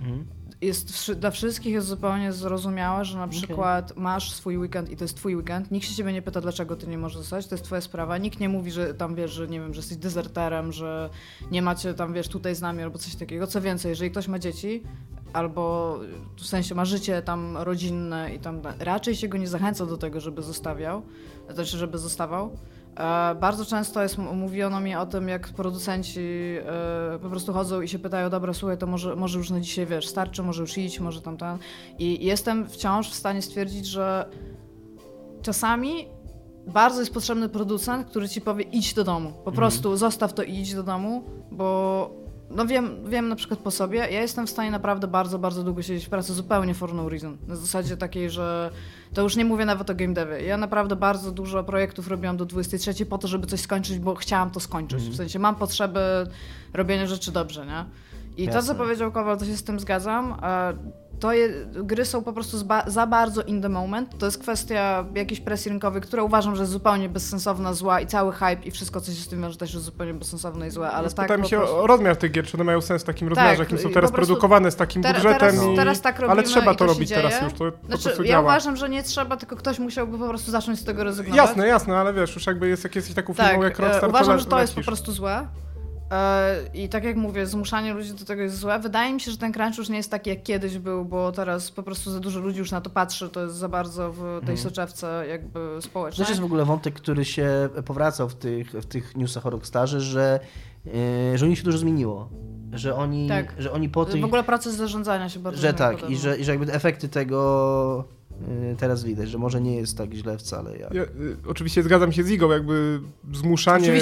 dla wszystkich jest zupełnie zrozumiałe, że na przykład masz swój weekend i to jest twój weekend, nikt się ciebie nie pyta, dlaczego ty nie możesz zostać, to jest twoja sprawa, nikt nie mówi, że tam wiesz, że nie wiem, że jesteś dezerterem, że nie macie tam wiesz tutaj z nami albo coś takiego. Co więcej, jeżeli ktoś ma dzieci albo w sensie ma życie tam rodzinne i tam raczej się go nie zachęca do tego, żeby żeby zostawał. Bardzo często mówiono mi o tym, jak producenci po prostu chodzą i się pytają, dobra, słuchaj, to może już na dzisiaj, wiesz, starczy, może już idź, może tam. I jestem wciąż w stanie stwierdzić, że czasami bardzo jest potrzebny producent, który ci powie, idź do domu. Po prostu zostaw to i idź do domu, bo no wiem na przykład po sobie, ja jestem w stanie naprawdę bardzo, bardzo długo siedzieć w pracy zupełnie for no reason. Na zasadzie takiej, że to już nie mówię nawet o game devie. Ja naprawdę bardzo dużo projektów robiłam do 23 po to, żeby coś skończyć, bo chciałam to skończyć. W sensie mam potrzeby robienia rzeczy dobrze, nie? I to, co powiedział Kowal, to się z tym zgadzam. Gry są po prostu za bardzo in the moment. To jest kwestia jakiejś presji rynkowej, która uważam, że jest zupełnie bezsensowna, zła i cały hype i wszystko, co się z tym wiąże, też jest zupełnie bezsensowne i złe, ale tak pytam się o rozmiar tych gier, czy one mają sens w takim rozmiarze, jakim są teraz produkowane, z takim budżetem teraz tak robimy, ale trzeba to się robić dzieje. teraz już, to po prostu ja działa. uważam, że nie trzeba, tylko ktoś musiałby po prostu zacząć z tego rezygnować. Jasne, ale wiesz, już jakby jak jesteś taką firmą jak Rockstar, uważam, że to jest po prostu złe. I tak jak mówię, zmuszanie ludzi do tego jest złe. Wydaje mi się, że ten crunch już nie jest taki jak kiedyś był, bo teraz po prostu za dużo ludzi już na to patrzy, to jest za bardzo w tej soczewce jakby społecznej. To jest w ogóle wątek, który się powracał w tych newsach o Rockstarze, że u nich się dużo zmieniło. Że oni po tych... W ogóle proces zarządzania się bardzo zmienił. Że tak, i że jakby efekty tego teraz widać, że może nie jest tak źle wcale. Ja oczywiście zgadzam się z Igą, jakby zmuszanie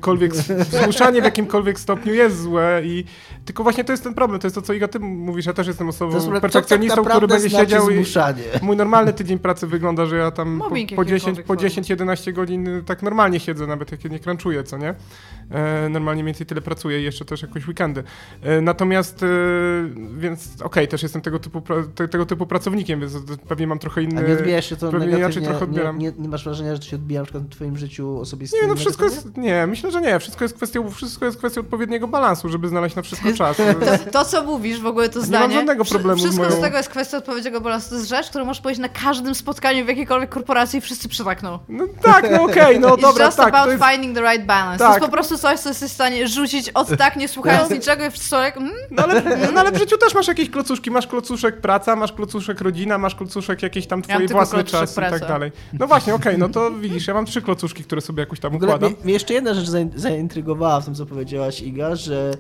w jakimkolwiek stopniu jest złe i tylko właśnie to jest ten problem, to jest to, co Iga, ty mówisz, ja też jestem osobą perfekcjonistą, który będzie siedział zmuszanie. I mój normalny tydzień pracy wygląda, że ja tam po 10-11 godzin tak normalnie siedzę, nawet jak nie crunchuję, co nie? Normalnie mniej więcej tyle pracuję i jeszcze też jakoś weekendy. Natomiast, więc też jestem tego typu pracownikiem, więc pewnie mam trochę inny... A nie odbija się to negatywnie? Trochę odbieram. Nie masz wrażenia, że to się odbija na przykład w twoim życiu osobistym? Nie, no wszystko jest... Nie, myślę, że nie. Wszystko jest kwestią odpowiedniego balansu, żeby znaleźć na wszystko czas. To, co mówisz, w ogóle to zdanie... Nie mam żadnego problemu Wszystko z tego jest kwestia odpowiedniego balansu. To jest rzecz, którą możesz powiedzieć na każdym spotkaniu w jakiejkolwiek korporacji i wszyscy przytakną. No tak, no okej, no dobra, just tak. about finding the right balance. Tak. To jest po prostu coś, co jesteś w stanie rzucić nie słuchając niczego i wszyscy ale w życiu też masz jakieś klocuszki. Masz klocuszek praca, masz klocuszek rodzina, masz klocuszek jakieś tam twój własny czas i tak dalej. No właśnie, no to widzisz, ja mam 3 klocuszki, które sobie jakoś tam układam. Mnie jeszcze jedna rzecz zaintrygowała w tym, co powiedziałaś, Iga,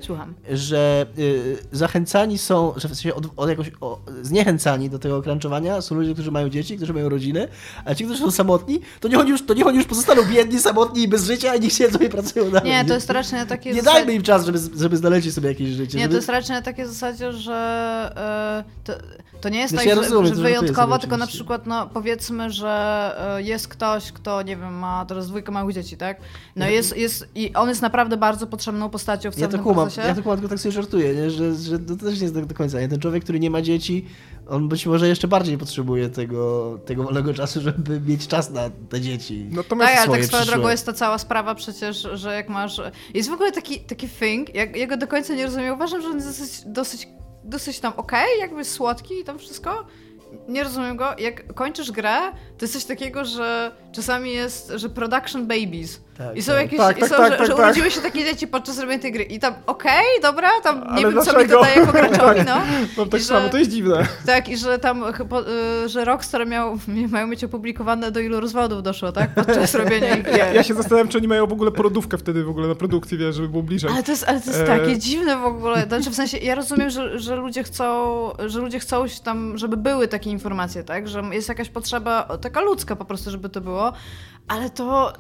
że zachęcani są, że w sensie zniechęcani do tego crunchowania są ludzie, którzy mają dzieci, którzy mają rodziny, a ci, którzy są samotni, to niech oni już pozostaną biedni, samotni i bez życia i niech siedzą i pracują dalej. Nie, to jest raczej na takie Nie dajmy im czas, żeby znaleźć sobie jakieś życie. Nie, to jest raczej na takiej zasadzie, że to nie jest tak, rozumiem, że wyjątkowo, tylko na przykład, no powiedzmy, że jest ktoś, kto, nie wiem, ma teraz 2 małych dzieci, tak? No i on jest naprawdę bardzo potrzebną postacią w całym tym procesie. Ja to kumam, tylko tak sobie żartuję, nie? Że to też nie jest tak do końca. Nie? Ten człowiek, który nie ma dzieci, on być może jeszcze bardziej potrzebuje tego wolnego czasu, żeby mieć czas na te dzieci. No to tak, ale tak swoją drogą jest ta cała sprawa przecież, że jak masz... Jest w ogóle taki thing, ja go do końca nie rozumiem. Uważam, że on jest dosyć tam jakby słodki i tam wszystko. Nie rozumiem go. Jak kończysz grę, to jest coś takiego, że czasami jest, że production babies. Tak, I są jakieś, że urodziły się takie dzieci podczas robienia tej gry. I tam dobra, tam nie wiem, co mi to daje jako graczowi, no. Mam tak samo, to jest dziwne. Tak, i że tam, że Rockstar mają mieć opublikowane, do ilu rozwodów doszło, tak? Podczas robienia ich gier. Ja się zastanawiam, czy oni mają w ogóle porodówkę wtedy w ogóle na produkcji, wiesz, żeby było bliżej. Ale to jest takie dziwne w ogóle. Znaczy, w sensie, ja rozumiem, że ludzie chcą tam, żeby były takie informację, tak? Że jest jakaś potrzeba taka ludzka po prostu, żeby to było, ale to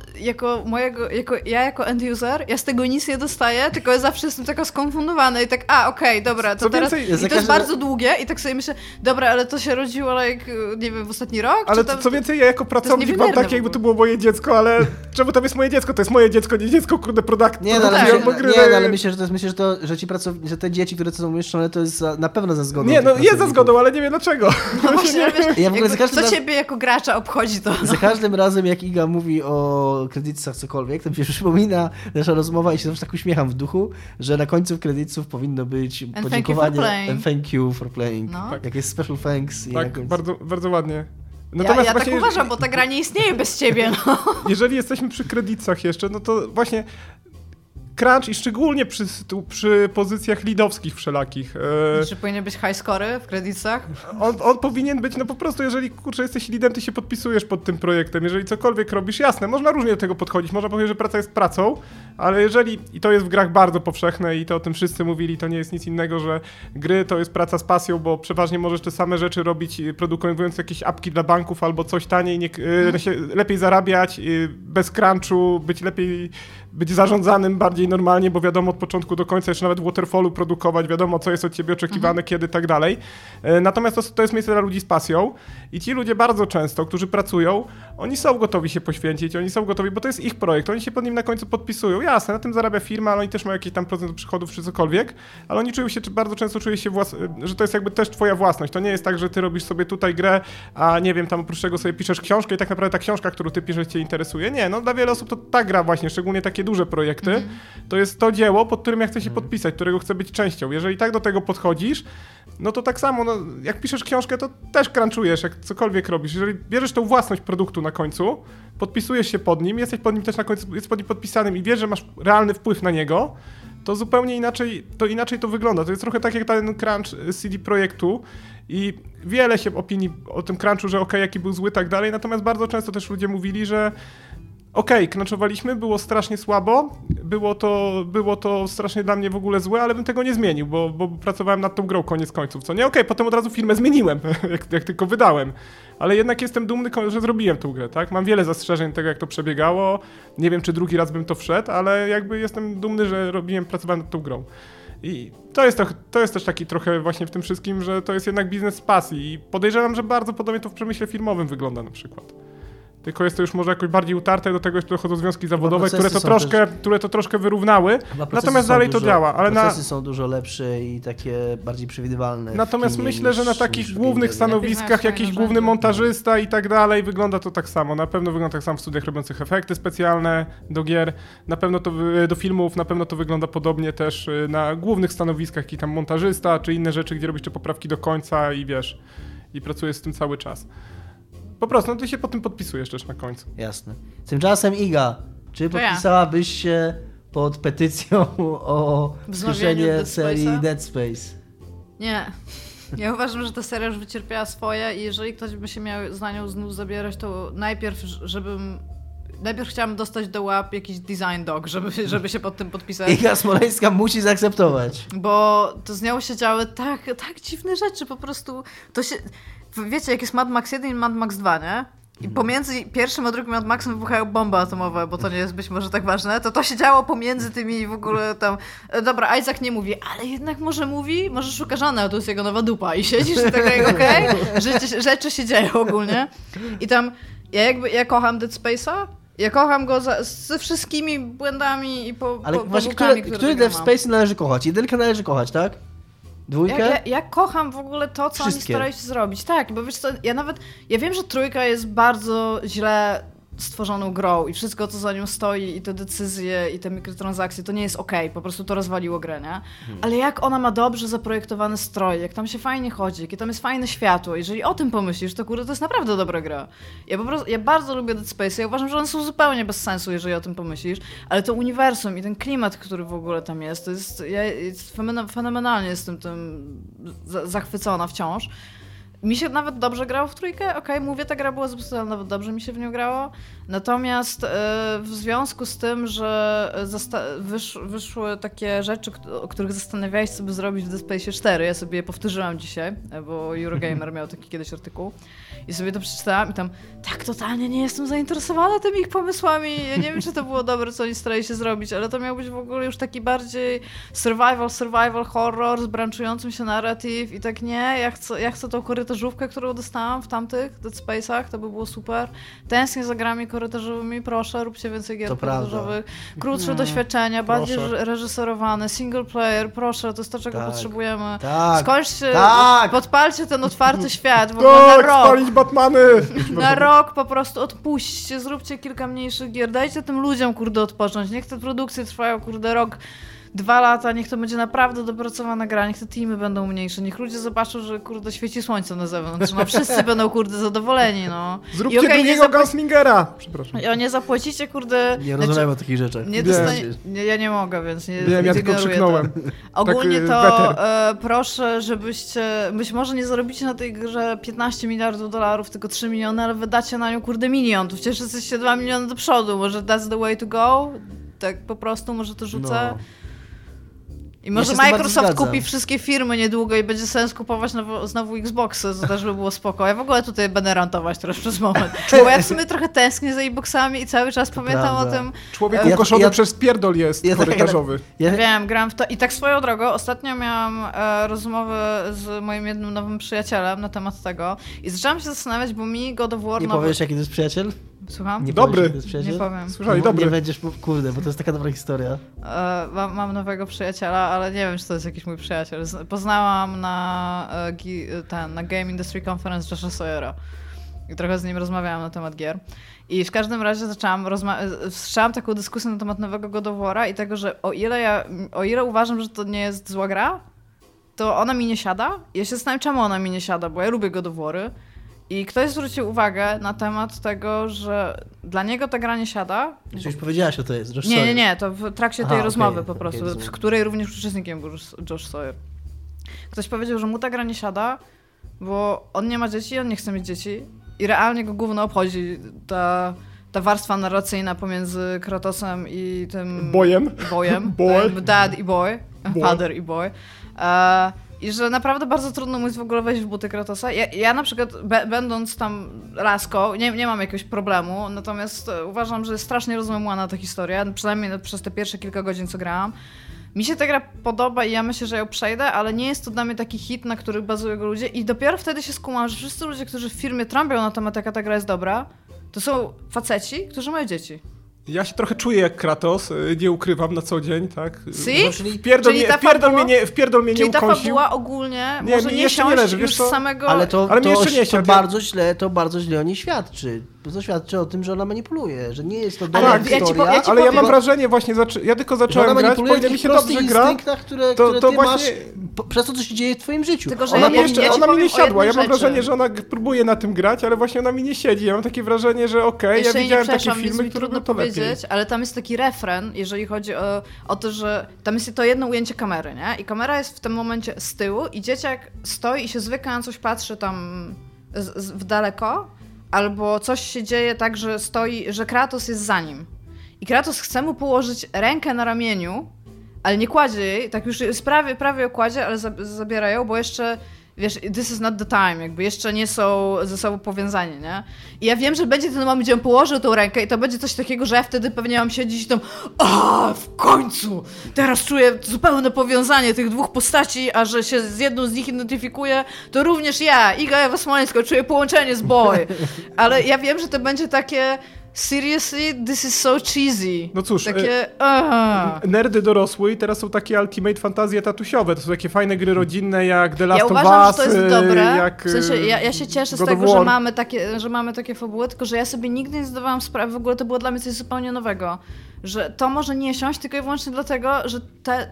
jako end user, ja z tego nic nie dostaję, tylko ja zawsze jestem taka skonfundowana i tak, okej, dobra, to teraz... I to jest bardzo długie i tak sobie myślę, dobra, ale to się rodziło, nie wiem, w ostatni rok? Ale co więcej, ja jako pracownik mam takie, jakby to było moje dziecko, ale czemu tam jest moje dziecko? To jest moje dziecko, nie dziecko, kurde, produkt. Ale myślę, że te dzieci, które są umieszczone, to jest na pewno za zgodą. Nie, no jest za zgodą, ale nie wiem dlaczego. No właśnie, wiesz, co ciebie jako gracza obchodzi to? Za każdym razem, jak Iga mówi o kredytach cokolwiek, to mi się przypomina nasza rozmowa i się zawsze tak uśmiecham w duchu, że na końcu kredytów powinno być podziękowanie and thank you for playing. No. Tak. Jak jest special thanks. Tak, bardzo, bardzo ładnie. Natomiast ja właśnie, tak uważam, bo ta gra nie istnieje bez ciebie. No. Jeżeli jesteśmy przy kredytach jeszcze, no to właśnie crunch i szczególnie przy pozycjach leadowskich wszelakich. Czy powinien być high scory w kredytach? On powinien być, no po prostu jeżeli jesteś leadem, ty się podpisujesz pod tym projektem, jeżeli cokolwiek robisz, jasne, można różnie do tego podchodzić, można powiedzieć, że praca jest pracą, ale jeżeli, i to jest w grach bardzo powszechne i to o tym wszyscy mówili, to nie jest nic innego, że gry to jest praca z pasją, bo przeważnie możesz te same rzeczy robić, produkując jakieś apki dla banków albo coś taniej, lepiej zarabiać, bez crunchu, być zarządzanym bardziej normalnie, bo wiadomo od początku do końca, jeszcze nawet w Waterfallu produkować, wiadomo co jest od ciebie oczekiwane, kiedy, tak dalej. Natomiast to jest miejsce dla ludzi z pasją i ci ludzie bardzo często, którzy pracują, oni są gotowi się poświęcić, oni są gotowi, bo to jest ich projekt, oni się pod nim na końcu podpisują. Jasne, na tym zarabia firma, ale oni też mają jakiś tam procent przychodów czy cokolwiek, ale oni bardzo często czują się, że to jest jakby też twoja własność. To nie jest tak, że ty robisz sobie tutaj grę, a nie wiem, tam oprócz tego sobie piszesz książkę i tak naprawdę ta książka, którą ty piszesz, cię interesuje. Nie, no dla wiele osób to ta gra właśnie, szczególnie takie duże projekty, to jest to dzieło, pod którym ja chcę się podpisać, którego chcę być częścią. Jeżeli tak do tego podchodzisz, no to tak samo, jak piszesz książkę, to też crunchujesz, jak cokolwiek robisz. Jeżeli bierzesz tą własność produktu na końcu, podpisujesz się pod nim, jesteś pod nim też na końcu, jest pod nim podpisanym i wiesz, że masz realny wpływ na niego, to zupełnie inaczej to wygląda. To jest trochę tak jak ten crunch CD Projektu i wiele się opinii o tym crunchu, że jaki był zły, tak dalej, natomiast bardzo często też ludzie mówili, że crunchowaliśmy, było strasznie słabo, było to strasznie dla mnie w ogóle złe, ale bym tego nie zmienił, bo pracowałem nad tą grą koniec końców, co nie? Potem od razu firmę zmieniłem, jak tylko wydałem, ale jednak jestem dumny, że zrobiłem tą grę, tak? Mam wiele zastrzeżeń tego, jak to przebiegało, nie wiem, czy drugi raz bym to wszedł, ale jakby jestem dumny, że pracowałem nad tą grą. I to jest też taki trochę właśnie w tym wszystkim, że to jest jednak biznes z pasji i podejrzewam, że bardzo podobnie to w przemyśle filmowym wygląda na przykład. Tylko jest to już może jakoś bardziej utarte, do tego jeszcze dochodzą związki zawodowe, które to troszkę wyrównały, natomiast dalej to działa. Ale procesy są dużo lepsze i takie bardziej przewidywalne. Natomiast myślę, że na takich głównych stanowiskach, jakiś główny montażysta i tak dalej, wygląda to tak samo. Na pewno wygląda tak samo w studiach robiących efekty specjalne do gier, na pewno to do filmów, na pewno to wygląda podobnie też na głównych stanowiskach, jaki tam montażysta, czy inne rzeczy, gdzie robisz te poprawki do końca i wiesz, i pracujesz z tym cały czas. Po prostu, ty się po tym podpisujesz też na końcu. Jasne. Tymczasem Iga, czy podpisałabyś się pod petycją o wznowienie serii Dead Space? Nie. Ja uważam, że ta seria już wycierpiała swoje i jeżeli ktoś by się miał za nią znów zabierać, to najpierw chciałam dostać do łap jakiś design dog, żeby się pod tym podpisać. Iga Smoleńska musi zaakceptować. Bo to z nią się działy tak dziwne rzeczy, po prostu to się... Wiecie, jak jest Mad Max 1 i Mad Max 2, nie? I pomiędzy pierwszym a drugim Mad Maxem wybuchają bomby atomowe, bo to nie jest być może tak ważne, to się działo pomiędzy tymi w ogóle tam... Dobra, Isaac nie mówi, ale jednak może mówi, może szuka żony, a to jest jego nowa dupa i siedzisz i tak jak okej, rzeczy się dzieją ogólnie. I tam, ja kocham Dead Space'a, ja kocham go ze wszystkimi błędami i ale właśnie, który Dead Space należy kochać? Jedynkę należy kochać, tak? Dwójkę? Ja kocham w ogóle to, co oni starają się zrobić. Tak, bo wiesz co, ja wiem, że trójka jest bardzo źle stworzoną grą i wszystko, co za nią stoi i te decyzje i te mikrotransakcje, to nie jest okej, po prostu to rozwaliło grę, nie? Ale jak ona ma dobrze zaprojektowane stroje, jak tam się fajnie chodzi, jakie tam jest fajne światło, jeżeli o tym pomyślisz, to kurde, to jest naprawdę dobra gra. Ja bardzo lubię Dead Space, ja uważam, że one są zupełnie bez sensu, jeżeli o tym pomyślisz, ale to uniwersum i ten klimat, który w ogóle tam jest, ja fenomenalnie jestem tym zachwycona wciąż. mi się nawet dobrze grało w trójkę, mówię, ta gra była zepsuta, ale nawet dobrze mi się w nią grało. Natomiast w związku z tym, że wyszły takie rzeczy, o których zastanawiałeś sobie zrobić w Dead Space 4, ja sobie je powtórzyłam dzisiaj, bo Eurogamer miał taki kiedyś artykuł i sobie to przeczytałam i tam tak totalnie nie jestem zainteresowana tymi ich pomysłami. Ja nie wiem, czy to było dobre, co oni starali się zrobić, ale to miał być w ogóle już taki bardziej survival horror z branchującym się narrative i tak nie, ja chcę tą korytarzówkę, którą dostałam w tamtych Dead Space'ach, to by było super. Tęsknię za grami korytarzowymi, proszę, róbcie więcej gier korytarzowych. Krótsze doświadczenia, bardziej reżyserowane, single player, proszę, to jest to, czego potrzebujemy. Skończcie, podpalcie ten otwarty świat, w ogóle na rok. Spalić Batmany! Na rok po prostu odpuśćcie, zróbcie kilka mniejszych gier, dajcie tym ludziom, odpocząć. Niech te produkcje trwają, rok, 2 lata, niech to będzie naprawdę dopracowana gra, niech te teamy będą mniejsze, niech ludzie zobaczą, że świeci słońce na zewnątrz, wszyscy będą zadowoleni, no. Zróbcie drugiego Gunslingera! Przepraszam. Nie zapłacicie, Nie rozmawiamy o takich rzeczach. Ja nie mogę, więc nie ja tylko krzyknąłem. Ogólnie to proszę, żebyście, być może nie zarobicie na tej grze 15 miliardów dolarów, tylko 3 miliony, ale wydacie na nią milion, to przecież jesteście 2 miliony do przodu, może that's the way to go? Tak po prostu, może to rzucę? I może Microsoft kupi wszystkie firmy niedługo i będzie sens kupować znowu Xboxy, to też by było spoko. Ja w ogóle tutaj będę rantować trochę przez moment, bo ja w sumie trochę tęsknię za Xboxami i cały czas pamiętam o tym. Człowiek ukoszony przez pierdol jest korytarzowy. Wiem, gram w to i tak swoją drogą, ostatnio miałam rozmowę z moim jednym nowym przyjacielem na temat tego i zaczęłam się zastanawiać, bo mi God of War... Nie powiesz, jaki to jest przyjaciel? Słucham? Dobry. Nie powiem. Słuchaj, dobry. Nie będziesz, kurde, bo to jest taka dobra historia. Mam nowego przyjaciela, ale nie wiem, czy to jest jakiś mój przyjaciel. Poznałam na Game Industry Conference Josha Sawyera i trochę z nim rozmawiałam na temat gier. I w każdym razie słyszałam taką dyskusję na temat nowego God of War'a i tego, że o ile uważam, że to nie jest zła gra, to ona mi nie siada. Ja się zastanawiam, czemu ona mi nie siada, bo ja lubię God of War'y. I ktoś zwrócił uwagę na temat tego, że dla niego ta gra nie siada. Już powiedziałaś o to jest, Josh Sawyer. Nie, to w trakcie tej rozmowy po prostu, w której również uczestnikiem był Josh Sawyer. Ktoś powiedział, że mu ta gra nie siada, bo on nie ma dzieci, on nie chce mieć dzieci i realnie go gówno obchodzi ta warstwa narracyjna pomiędzy Kratosem i tym... Bojem. Dad i boy. Father i boy. I że naprawdę bardzo trudno mu jest w ogóle wejść w buty Kratosa. Ja na przykład, będąc tam laską, nie mam jakiegoś problemu, natomiast uważam, że jest strasznie rozmemłana ta historia, przynajmniej przez te pierwsze kilka godzin, co grałam. Mi się ta gra podoba i ja myślę, że ją przejdę, ale nie jest to dla mnie taki hit, na których bazują go ludzie i dopiero wtedy się skumam, że wszyscy ludzie, którzy w firmie trąbią na temat, jaka ta gra jest dobra, to są faceci, którzy mają dzieci. Ja się trochę czuję jak Kratos, nie ukrywam na co dzień, tak? Wpierdol mnie nie ukąsił. Czyli ta fabuła ogólnie może nie siąść już z samego... Ale to bardzo źle o niej świadczy. To świadczy o tym, że ona manipuluje, że nie jest to dobra historia. Ale ja mam wrażenie właśnie, ja tylko zacząłem grać, powinien mi się dobrze gra, które ty masz przez to, co się dzieje w twoim życiu. Tylko, że ona mi nie siadła, ja mam wrażenie, że ona próbuje na tym grać, ale właśnie ona mi nie siedzi. Ja mam takie wrażenie, że ja widziałem takie filmy, które by to lepiej. Ale tam jest taki refren, jeżeli chodzi o to, że tam jest to jedno ujęcie kamery, nie? I kamera jest w tym momencie z tyłu i dzieciak stoi i się zwykle na coś patrzy tam w daleko, albo coś się dzieje tak, że stoi, że Kratos jest za nim. I Kratos chce mu położyć rękę na ramieniu, ale nie kładzie jej, tak już jest prawie ją kładzie, ale zabiera ją, bo jeszcze, wiesz, this is not the time, jakby jeszcze nie są ze sobą powiązani, nie? I ja wiem, że będzie ten moment, gdzie on położy tą rękę i to będzie coś takiego, że ja wtedy pewnie mam siedzieć i tam w końcu! Teraz czuję zupełne powiązanie tych dwóch postaci, a że się z jedną z nich identyfikuję, to również ja, Iga Ewa Smoleńska, czuję połączenie z Boy. Ale ja wiem, że to będzie takie seriously, this is so cheesy. No cóż, takie, nerdy dorosły i teraz są takie ultimate fantazje tatusiowe. To są takie fajne gry rodzinne jak The Last of Us. Ja uważam, że to jest dobre. Jak, w sensie, ja się cieszę z tego, że mamy takie fabuły, tylko że ja sobie nigdy nie zdawałam sprawy, w ogóle to było dla mnie coś zupełnie nowego. Że to może nie siąść tylko i wyłącznie dlatego, że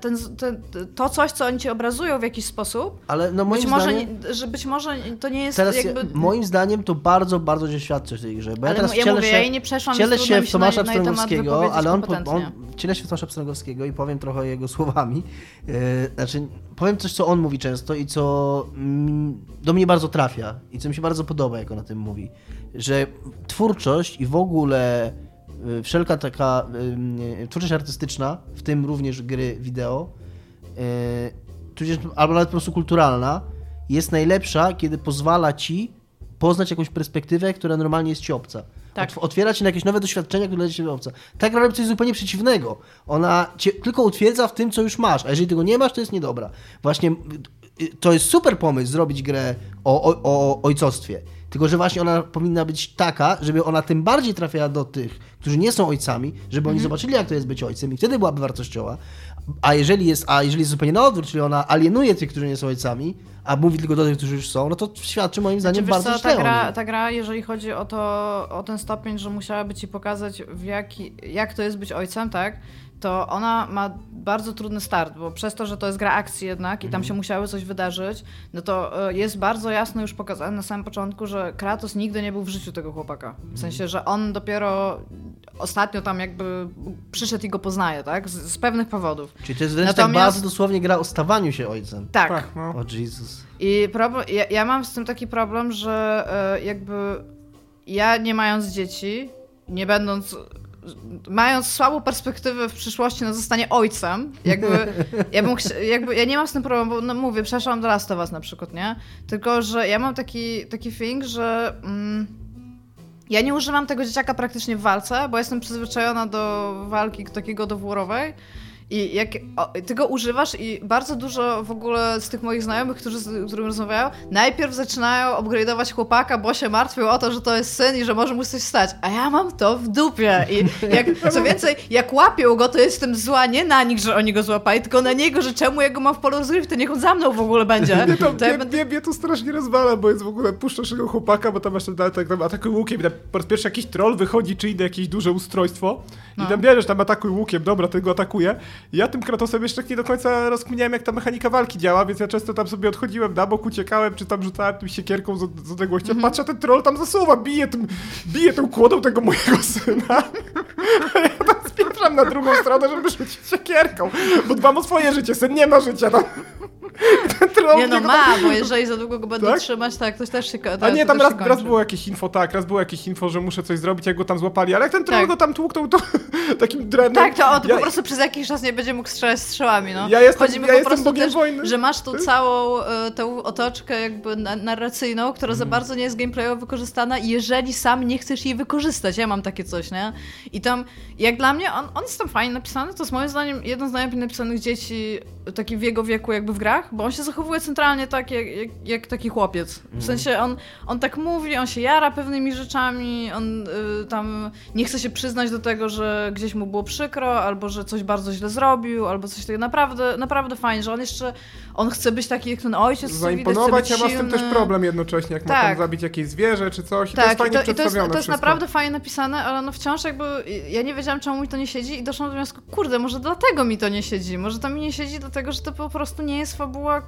to coś, co oni ci obrazują w jakiś sposób, ale no moim zdaniem, być może to nie jest teraz jakby... Moim zdaniem to bardzo, bardzo się świadczy w tej grze. Bo ale ja teraz ja nie przeszłam wcielę się w Tomasza na temat Pstrągowskiego, ale on Ciele Światłasza Pstrągowskiego i powiem trochę jego słowami. Znaczy, powiem coś, co on mówi często i co do mnie bardzo trafia i co mi się bardzo podoba, jak on o tym mówi. Że twórczość i w ogóle wszelka taka twórczość artystyczna, w tym również gry wideo, tudzież, albo nawet po prostu kulturalna, jest najlepsza, kiedy pozwala ci poznać jakąś perspektywę, która normalnie jest ci obca. Tak. Otwiera ci na jakieś nowe doświadczenia, które dla ciebie obca. Ta gra robi coś zupełnie przeciwnego. Ona cię tylko utwierdza w tym, co już masz, a jeżeli tego nie masz, to jest niedobra. Właśnie to jest super pomysł zrobić grę o ojcostwie. Tylko że właśnie ona powinna być taka, żeby ona tym bardziej trafiała do tych, którzy nie są ojcami, żeby oni zobaczyli, jak to jest być ojcem i wtedy byłaby wartościowa. A jeżeli jest zupełnie na odwrót, czyli ona alienuje tych, którzy nie są ojcami, a mówi tylko do tych, którzy już są, no to świadczy moim zdaniem bardzo źle. Ta gra, jeżeli chodzi o ten stopień, że musiałaby ci pokazać, jak to jest być ojcem, tak? To ona ma bardzo trudny start, bo przez to, że to jest gra akcji jednak i tam się musiały coś wydarzyć, no to jest bardzo jasno już pokazane na samym początku, że Kratos nigdy nie był w życiu tego chłopaka. W sensie, że on dopiero ostatnio tam jakby przyszedł i go poznaje, tak? Z pewnych powodów. Czyli to jest wręcz tak bardzo dosłownie gra o stawaniu się ojcem. Tak. No. O Jezus. I ja mam z tym taki problem, że jakby ja nie mając dzieci, nie będąc... Mając słabą perspektywę w przyszłości na zostanie ojcem, ja nie mam z tym problemu, bo no mówię, przeszłam do Last of Us na przykład, nie? Tylko, że ja mam taki thing, że ja nie używam tego dzieciaka praktycznie w walce, bo jestem przyzwyczajona do walki takiej godowłorowej. I jak ty go używasz i bardzo dużo w ogóle z tych moich znajomych, z którymi rozmawiają, najpierw zaczynają upgrade'ować chłopaka, bo się martwią o to, że to jest syn i że może mu coś stać. A ja mam to w dupie. I co więcej, jak łapią go, to jestem zła nie na nich, że oni go złapali, tylko na niego, że czemu ja go mam w polu rozgrywki, to niech on za mną w ogóle będzie. Mnie to strasznie rozwala, bo jest w ogóle puszczasz tego chłopaka, bo tam masz tam atakuj łukiem i tam po raz pierwszy jakiś troll wychodzi, czy inne jakieś duże ustrojstwo i tam bierzesz tam atakuj łukiem, dobra, tego atakuje. Ja tym Kratosem jeszcze nie do końca rozkminiałem, jak ta mechanika walki działa, więc ja często tam sobie odchodziłem na bok, uciekałem, czy tam rzucałem tym siekierką z odległości. Patrzę, ten troll tam zasuwa, bije tą kłodą tego mojego syna. A ja tam spieprzam na drugą stronę, żeby rzucić siekierką, bo dbam o swoje życie, syn nie ma życia tam. Ten troll nie no ma, bo jeżeli za długo go będą trzymać, tak, ktoś też się A nie, tam raz było jakieś info, że muszę coś zrobić, jak go tam złapali, ale jak ten troll go tam tłuknął takim drenem. Tak, to on po prostu przez jakiś czas nie będzie mógł strzelać strzałami, no. Chodzi mi po prostu też, że masz tu całą tę otoczkę jakby narracyjną, która za bardzo nie jest gameplayowo wykorzystana i jeżeli sam nie chcesz jej wykorzystać, ja mam takie coś, nie? I tam, jak dla mnie, on jest tam fajnie napisany, to jest moim zdaniem jeden z najlepiej napisanych dzieci taki w jego wieku jakby w grach, bo on się zachowuje centralnie tak jak taki chłopiec. W sensie on tak mówi, on się jara pewnymi rzeczami, on tam nie chce się przyznać do tego, że gdzieś mu było przykro, albo że coś bardzo źle zrobił, albo coś takiego. Naprawdę fajnie, że on chce być taki jak ten ojciec, zaimponować, ja mam z tym też problem jednocześnie, jak ma tam zabić jakieś zwierzę czy coś. Tak, to jest fajnie przedstawione. To jest naprawdę fajnie napisane, ale no wciąż jakby ja nie wiedziałam, czemu mi to nie siedzi i doszłam do wniosku, kurde, może dlatego mi to nie siedzi. Może to mi nie siedzi dlatego, że to po prostu nie jest fabuła,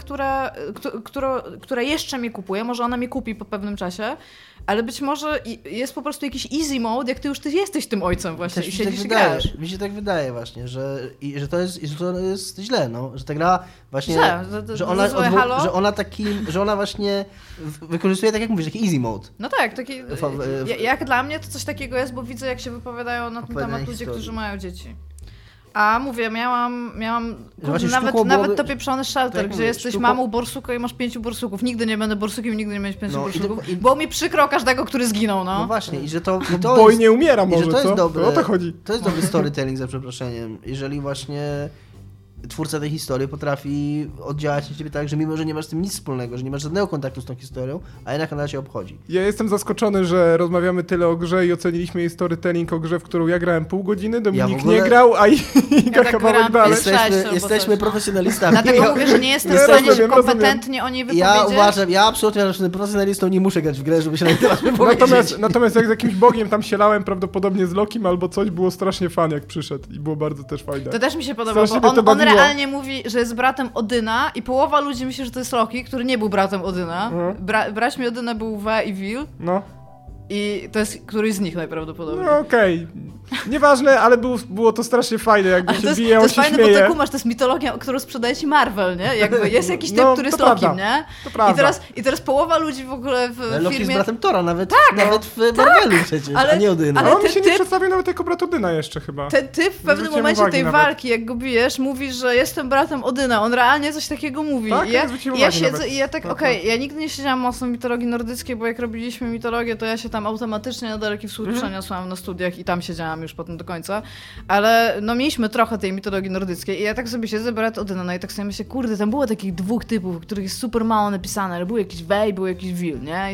która jeszcze mnie kupuje. Może ona mnie kupi po pewnym czasie, ale być może jest po prostu jakiś easy mode, jak ty jesteś tym ojcem właśnie i siedzisz i grasz. Mi się tak wydaje właśnie, że to jest źle, no, że ta gra właśnie, że ona właśnie wykorzystuje, tak jak mówisz, taki easy mode. No tak, jak dla mnie to coś takiego jest, bo widzę, jak się wypowiadają na ten temat ludzie, którzy mają dzieci. A mówię, miałam nawet to pieprzony shelter, tak, gdzie jesteś mamą borsuka i masz 5 borsuków. Nigdy nie będę borsukiem, nigdy nie będę 5 borsuków. Było mi przykro każdego, który zginął, no. No właśnie, i że to bo nie umiera może, to jest dobre, o to chodzi. To jest dobry storytelling, za przeproszeniem. Jeżeli właśnie twórca tej historii potrafi oddziałać na ciebie tak, że mimo, że nie masz z tym nic wspólnego, że nie masz żadnego kontaktu z tą historią, a jednak ona cię obchodzi. Ja jestem zaskoczony, że rozmawiamy tyle o grze i oceniliśmy jej storytelling o grze, w którą ja grałem pół godziny, Dominik nie grał, a Iga kawałek dalej. Jesteśmy profesjonalistami. Dlatego mówię, że nie jestem w stanie się kompetentnie o niej wypowiedzieć. Ja absolutnie że profesjonalistą nie muszę grać w grę, żeby się na temat wypowiedzieć. Natomiast jak z jakimś bogiem tam się lałem, prawdopodobnie z Lokim albo coś, było strasznie fan, jak przyszedł i było bardzo też fajne. To też mi się podoba, bo on realnie mówi, że jest bratem Odyna i połowa ludzi myśli, że to jest Loki, który nie był bratem Odyna. Braćmi Odyna był We i Wil. No. I to jest któryś z nich najprawdopodobniej. No okej. Nieważne, ale było to strasznie fajne, jakby się bije, to on jest się fajne, śmieje. bo to kumasz, to jest mitologia, którą sprzedaje ci Marvel, nie? Jakby jest jakiś typ, który jest prawda. Lokim, nie? To prawda. I teraz połowa ludzi w ogóle w Loki firmie... jest bratem Thora, nawet w Marvelu przecież, a nie Odyna. Ale on mi się nie przedstawił nawet jako brat Odyna jeszcze chyba. Ten typ w pewnym momencie tej walki, jak go bijesz, mówi, że jestem bratem Odyna. On realnie coś takiego mówi. Tak, ja siedzę i ja tak, ja nigdy nie siedziałam mocno w mitologii nordyckiej, bo jak robiliśmy mitologię, to ja się tam automatycznie na Daleki Wschód przeniosłam na studiach i tam siedziałam już potem do końca. Ale no mieliśmy trochę tej mitologii nordyckiej i ja tak sobie siedzę, brat Odyna, no i tak sobie myślę, kurde, tam było takich dwóch typów, których jest super mało napisane, ale był jakiś Wej, był jakiś Wil, nie?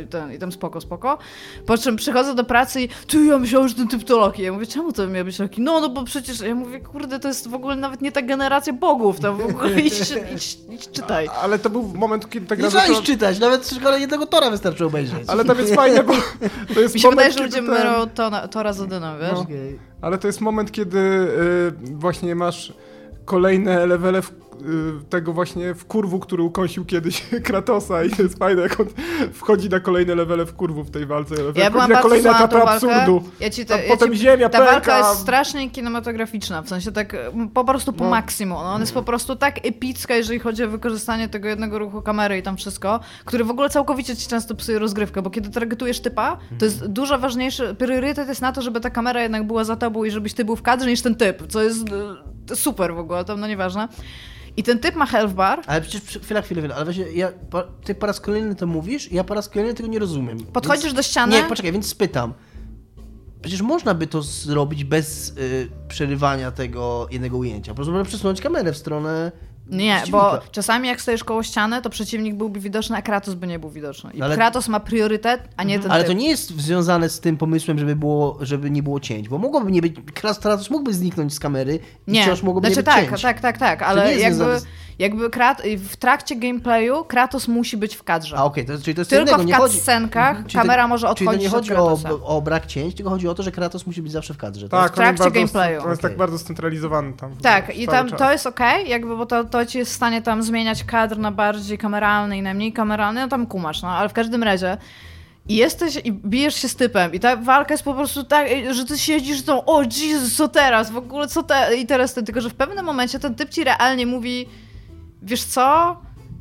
I tam spoko. Po czym przychodzę do pracy i ja myślałam, że ten typ to Loki. Ja mówię, czemu to miał być Loki? No bo przecież, ja mówię, kurde, to jest w ogóle nawet nie ta generacja bogów, tam w ogóle idź czytaj. Ale to był moment, kiedy tak nie trzeba iść czytać, nawet w szkole jednego Tora wystarczy obejrzeć. Ale tam jest fajne, bo to jest mi się moment, wydaje, że ludzie mylą Tora z Odyną, wiesz? No. Okay. Ale to jest moment, kiedy właśnie masz kolejne levele tego właśnie wkurwu, który ukąsił kiedyś Kratosa i to jest fajne, jak on wchodzi na kolejne levele wkurwu w tej walce. Ja byłam na kolejne etapy absurdu. Potem ziemia ta pęka. walka jest strasznie kinematograficzna, w sensie tak po prostu po maksimum. Ona jest po prostu tak epicka, jeżeli chodzi o wykorzystanie tego jednego ruchu kamery i tam wszystko, który w ogóle całkowicie ci często psuje rozgrywkę, bo kiedy targetujesz typa, to jest dużo ważniejszy, priorytet jest na to, żeby ta kamera jednak była za tobą i żebyś ty był w kadrze niż ten typ, co jest super w ogóle, tam no nieważne. I ten typ ma health bar. Ale przecież chwila, ale właśnie ty po raz kolejny to mówisz, ja po raz kolejny tego nie rozumiem. Podchodzisz do ściany? Nie, poczekaj, więc spytam. Przecież można by to zrobić bez przerywania tego jednego ujęcia. Po prostu można przesunąć kamerę w stronę Nie, bo czasami jak stoisz koło ściany, to przeciwnik byłby widoczny, a Kratos by nie był widoczny. I Kratos ma priorytet, a nie ten Ale typ. to nie jest związane z tym pomysłem, żeby nie było cięć, bo mogłoby nie być... Kratos mógłby zniknąć z kamery i wciąż mogłoby nie być cięć. Tak, ale jakby w trakcie gameplayu Kratos musi być w kadrze. A okej, czyli to jest tylko innego. w cutscenkach kamera może odchodzić czyli to nie chodzi o brak cięć, tylko chodzi o to, że Kratos musi być zawsze w kadrze. Tak, w trakcie gameplayu. On jest tak bardzo scentralizowany tam. Tak, i tam to jest jakby, bo to ci jest w stanie tam zmieniać kadr na bardziej kameralny i na mniej kameralny, no tam kumasz, no ale w każdym razie i bijesz się z typem i ta walka jest po prostu tak, że ty siedzisz tą, o Jezus, co teraz, w ogóle i teraz tylko że w pewnym momencie ten typ ci realnie mówi, wiesz co,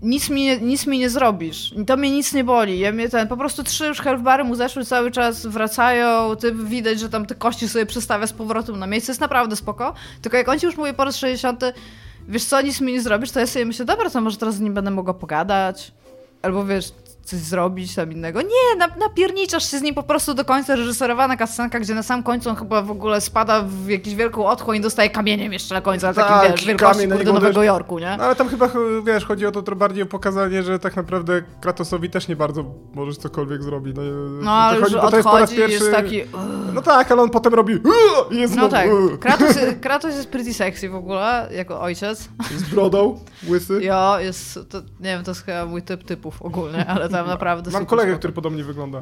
nic mi nie zrobisz, to mnie nic nie boli, po prostu 3 już health bary mu zeszły, cały czas wracają, widać, że tam te kości sobie przestawia z powrotem na miejsce, jest naprawdę spoko, tylko jak on ci już mówi po raz 60, wiesz co, nic mi nie zrobisz, to ja sobie myślę, dobra, to może teraz z nim będę mogła pogadać, albo wiesz, coś zrobić tam innego. Nie, napierniczasz się z nim po prostu do końca, reżyserowana cutscenka, gdzie na sam końcu on chyba w ogóle spada w jakąś wielką otchłań i dostaje kamieniem jeszcze na końcu, ale takim, wiesz, wielkości do Nowego Jorku, nie? No, ale tam chyba, wiesz, chodzi o to bardziej o pokazanie, że tak naprawdę Kratosowi też nie bardzo możesz cokolwiek zrobić. No ale już odchodzi, jest taki... No tak, ale on potem robi i jest no tak, Kratos jest pretty sexy w ogóle, jako ojciec. Z brodą, łysy. Jo, nie wiem, to jest chyba mój typ typów ogólnie, ale tam naprawdę... Mam kolegę, który podobnie wygląda.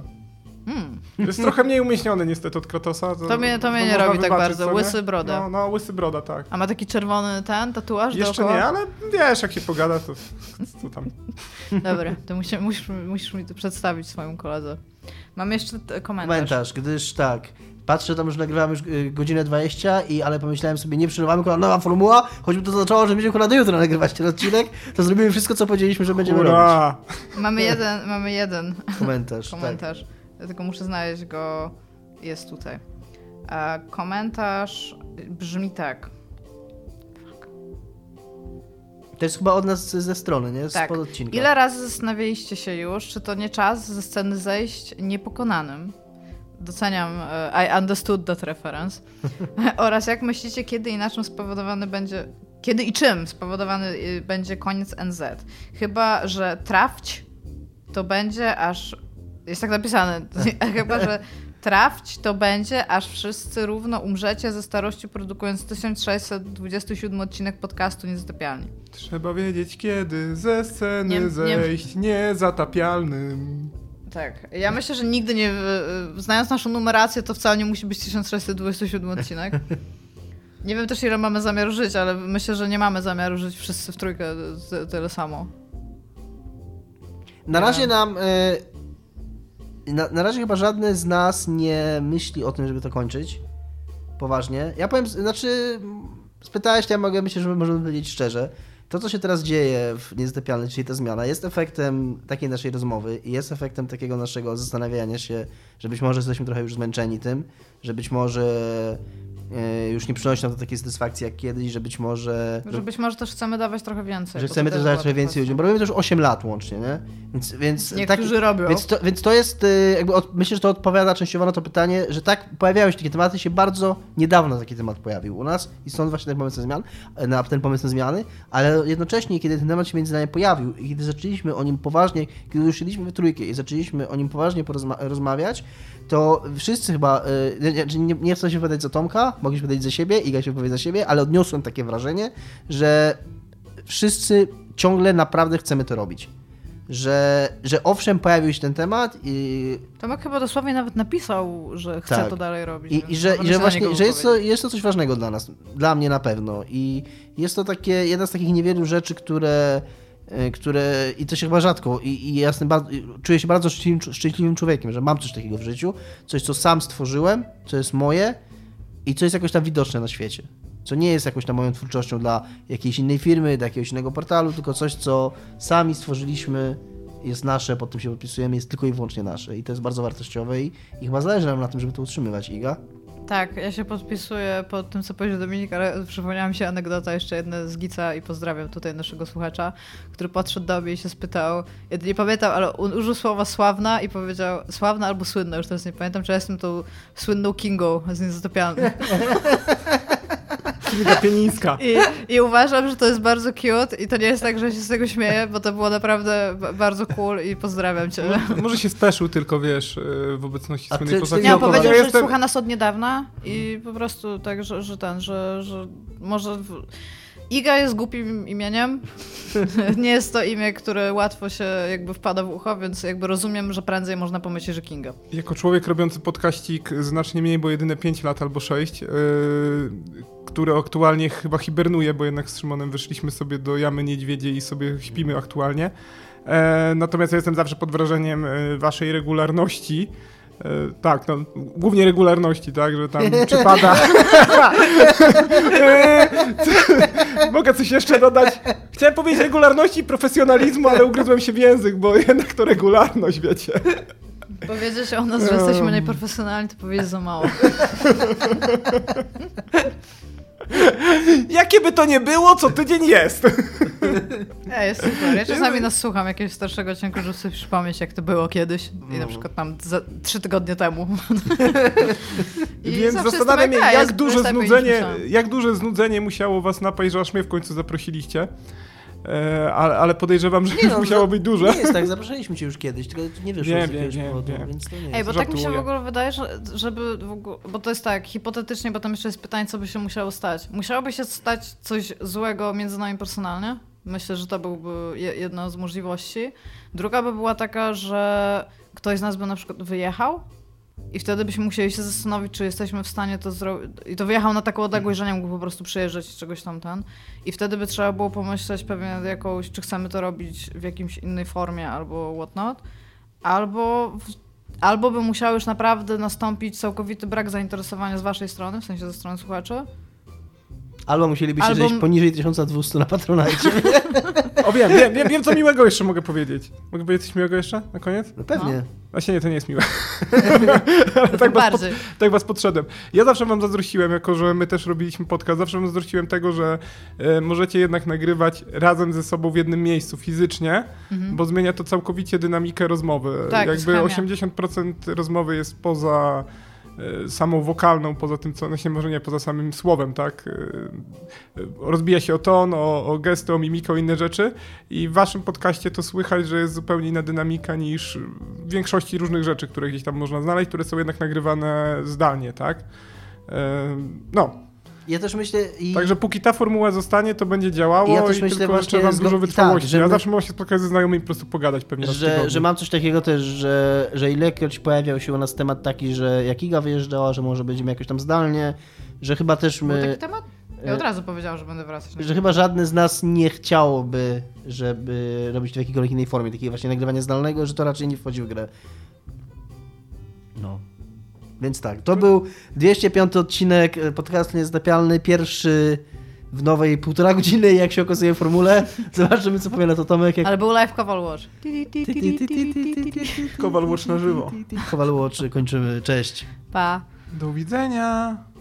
Jest trochę mniej umieśniony niestety od Kratosa. To mnie nie robi tak bardzo. Łysy broda. No, łysy broda, tak. A ma taki czerwony tatuaż jeszcze dookoła? Nie, ale wiesz, jak się pogada, to co tam. Dobra, to musisz mi to przedstawić swojemu koledze. Mam jeszcze komentarz. Gdyż tak, patrzę, tam już nagrywamy już godzinę 20, ale pomyślałem sobie, nie przerywamy, nowa formuła, choćby to oznaczało, że będziemy do jutra nagrywać ten odcinek, to zrobimy wszystko, co powiedzieliśmy, że będziemy robić. Mamy jeden komentarz. Tak. Ja tylko muszę znaleźć go, jest tutaj. Komentarz brzmi tak. To jest chyba od nas ze strony, nie? Tak. Spod odcinka. Ile razy zastanawialiście się już, czy to nie czas ze sceny zejść niepokonanym? Doceniam, I understood that reference. Oraz jak myślicie, kiedy i na czym spowodowany będzie, kiedy i czym spowodowany będzie koniec NZ? Chyba, że trafć to będzie aż, jest tak napisane, chyba, że trafć to będzie, aż wszyscy równo umrzecie ze starości, produkując 1627 odcinek podcastu Niezatapialni. Trzeba wiedzieć, kiedy ze sceny zejść niezatapialnym. Tak. Ja myślę, że nigdy nie... Znając naszą numerację, to wcale nie musi być 1627 odcinek. Nie wiem też, ile mamy zamiaru żyć, ale myślę, że nie mamy zamiaru żyć wszyscy w trójkę tyle samo. Na razie nam... Na razie chyba żadne z nas nie myśli o tym, żeby to kończyć. poważnie. Ja powiem, spytałeś, ja myślę, że możemy powiedzieć szczerze. To, co się teraz dzieje w Niezatapialnej, czyli ta zmiana, jest efektem takiej naszej rozmowy i jest efektem takiego naszego zastanawiania się, że być może jesteśmy trochę już zmęczeni tym, że być może już nie przynosi nam to takiej satysfakcji jak kiedyś, że być może... Że być może też chcemy dawać trochę więcej. Że chcemy też dawać trochę więcej ludziom, bo robimy to już 8 lat łącznie, nie? Więc niektórzy robią. Więc to jest, myślę, że to odpowiada częściowo na to pytanie, że tak, pojawiały się takie tematy, się bardzo niedawno taki temat pojawił u nas i stąd właśnie ten pomysł na zmiany, ale jednocześnie, kiedy ten temat się między nami pojawił i kiedy zaczęliśmy o nim poważnie, kiedy już siedliśmy w trójkę i zaczęliśmy o nim poważnie rozmawiać, to wszyscy chyba, nie chcę się wypowiadać za Tomka, mogę się wypowiadać za siebie, Iga się wypowie za siebie, ale odniosłem takie wrażenie, że wszyscy ciągle naprawdę chcemy to robić. Że owszem, pojawił się ten temat i... Tomek chyba dosłownie nawet napisał, że chce to dalej robić. I że właśnie, że jest to coś ważnego dla nas, dla mnie na pewno. I jest to jedna z takich niewielu rzeczy, które i to się chyba rzadko, i ja czuję się bardzo szczęśliwym człowiekiem, że mam coś takiego w życiu, coś, co sam stworzyłem, co jest moje i co jest jakoś tam widoczne na świecie. Co nie jest jakąś tam moją twórczością dla jakiejś innej firmy, dla jakiegoś innego portalu, tylko coś, co sami stworzyliśmy, jest nasze, pod tym się podpisujemy, jest tylko i wyłącznie nasze. I to jest bardzo wartościowe i chyba zależy nam na tym, żeby to utrzymywać. Iga? Tak, ja się podpisuję pod tym, co powiedział Dominik, ale przypomniała mi się anegdota jeszcze jedna z Gica i pozdrawiam tutaj naszego słuchacza, który podszedł do mnie i się spytał, ja nie pamiętam, ale użył słowa sławna i powiedział sławna albo słynna, już teraz nie pamiętam, czy ja jestem tą słynną Kingą z Niezatapialnej. Kinga Pienińska. I uważam, że to jest bardzo cute i to nie jest tak, że się z tego śmieję, bo to było naprawdę bardzo cool i pozdrawiam cię. Może się speszył tylko, wiesz, w obecności słynnej postaci. Nie, powiedział, że słucha nas od niedawna i po prostu tak, że może... Iga jest głupim imieniem. Nie jest to imię, które łatwo się jakby wpada w ucho, więc jakby rozumiem, że prędzej można pomyśleć, że Kinga. Jako człowiek robiący podkaścik znacznie mniej, bo jedyne 5 lat albo 6, który aktualnie chyba hibernuje, bo jednak z Szymonem wyszliśmy sobie do jamy niedźwiedzie i sobie śpimy aktualnie. Natomiast ja jestem zawsze pod wrażeniem waszej regularności. Tak, no, głównie regularności, tak, że tam czy pada. Mogę coś jeszcze dodać? Chciałem powiedzieć regularności i profesjonalizmu, ale ugryzłem się w język, bo jednak to regularność, wiecie. Powiedzieć o nas, że jesteśmy najprofesjonalni, to powiedzieć za mało. Jakie by to nie było, co tydzień jest. Jest super. Ja czasami nas słucham jakiegoś starszego odcinku, żeby sobie przypomnieć, jak to było kiedyś. I na przykład tam 3 tygodnie temu. Więc zastanawiam się, jak duże znudzenie musiało was napaść, że aż mnie w końcu zaprosiliście. Ale podejrzewam, że musiało być duże. Nie jest tak, zapraszaliśmy cię już kiedyś, tylko nie wyszło z jakiegoś powodu, więc to nie jest. Bo tak mi się w ogóle wydaje, żeby w ogóle, bo to jest tak, hipotetycznie, bo tam jeszcze jest pytanie, co by się musiało stać. Musiałoby się stać coś złego między nami personalnie. Myślę, że to byłby jedna z możliwości. Druga by była taka, że ktoś z nas by na przykład wyjechał i wtedy byśmy musieli się zastanowić, czy jesteśmy w stanie to zrobić. I to wyjechał na taką odległość, że nie mógł po prostu przyjeżdżać czegoś tam. I wtedy by trzeba było pomyśleć pewnie czy chcemy to robić w jakiejś innej formie albo whatnot. Albo by musiał już naprawdę nastąpić całkowity brak zainteresowania z waszej strony, w sensie ze strony słuchaczy. Albo musielibyście zejść poniżej 1200 na Patronite. O wiem, co miłego jeszcze mogę powiedzieć. Mogę powiedzieć coś miłego jeszcze na koniec? No pewnie. No. Właśnie nie, to nie jest miłe. tak was podszedłem. Ja zawsze wam zazdrościłem, jako że my też robiliśmy podcast, zawsze wam zazdrościłem tego, że możecie jednak nagrywać razem ze sobą w jednym miejscu fizycznie, bo zmienia to całkowicie dynamikę rozmowy. Tak, jakby 80% rozmowy jest poza samą wokalną, poza tym, co, może nie, poza samym słowem, tak? Rozbija się o ton, o gesty, o mimikę, o inne rzeczy i w waszym podcaście to słychać, że jest zupełnie inna dynamika niż w większości różnych rzeczy, które gdzieś tam można znaleźć, które są jednak nagrywane zdalnie, tak? Ja też myślę... Także póki ta formuła zostanie, to będzie działało ja też myślę, tylko jeszcze wam dużo wytrwałości. Tak, ja zawsze mogę się spotkać ze znajomymi i po prostu pogadać pewnie że mam coś takiego też, że ilekroć pojawiał się u nas temat taki, że jak Iga wyjeżdżała, że może będziemy jakoś tam zdalnie, że chyba też my... Był taki temat? Ja od razu powiedziałam, że będę wracać. Że chyba żadny z nas nie chciałoby, żeby robić to w jakiejkolwiek innej formie, takiego właśnie nagrywania zdalnego, że to raczej nie wchodzi w grę. No. Więc tak, to był 205 odcinek podcastu Niezatapialny, pierwszy w nowej 1,5 godziny, jak się okazuje w formule. Zobaczymy, co powie na to Tomek. Ale był live Kowal Watch. Kowal Watch na żywo. Kowal Watch, kończymy. Cześć. Pa. Do widzenia.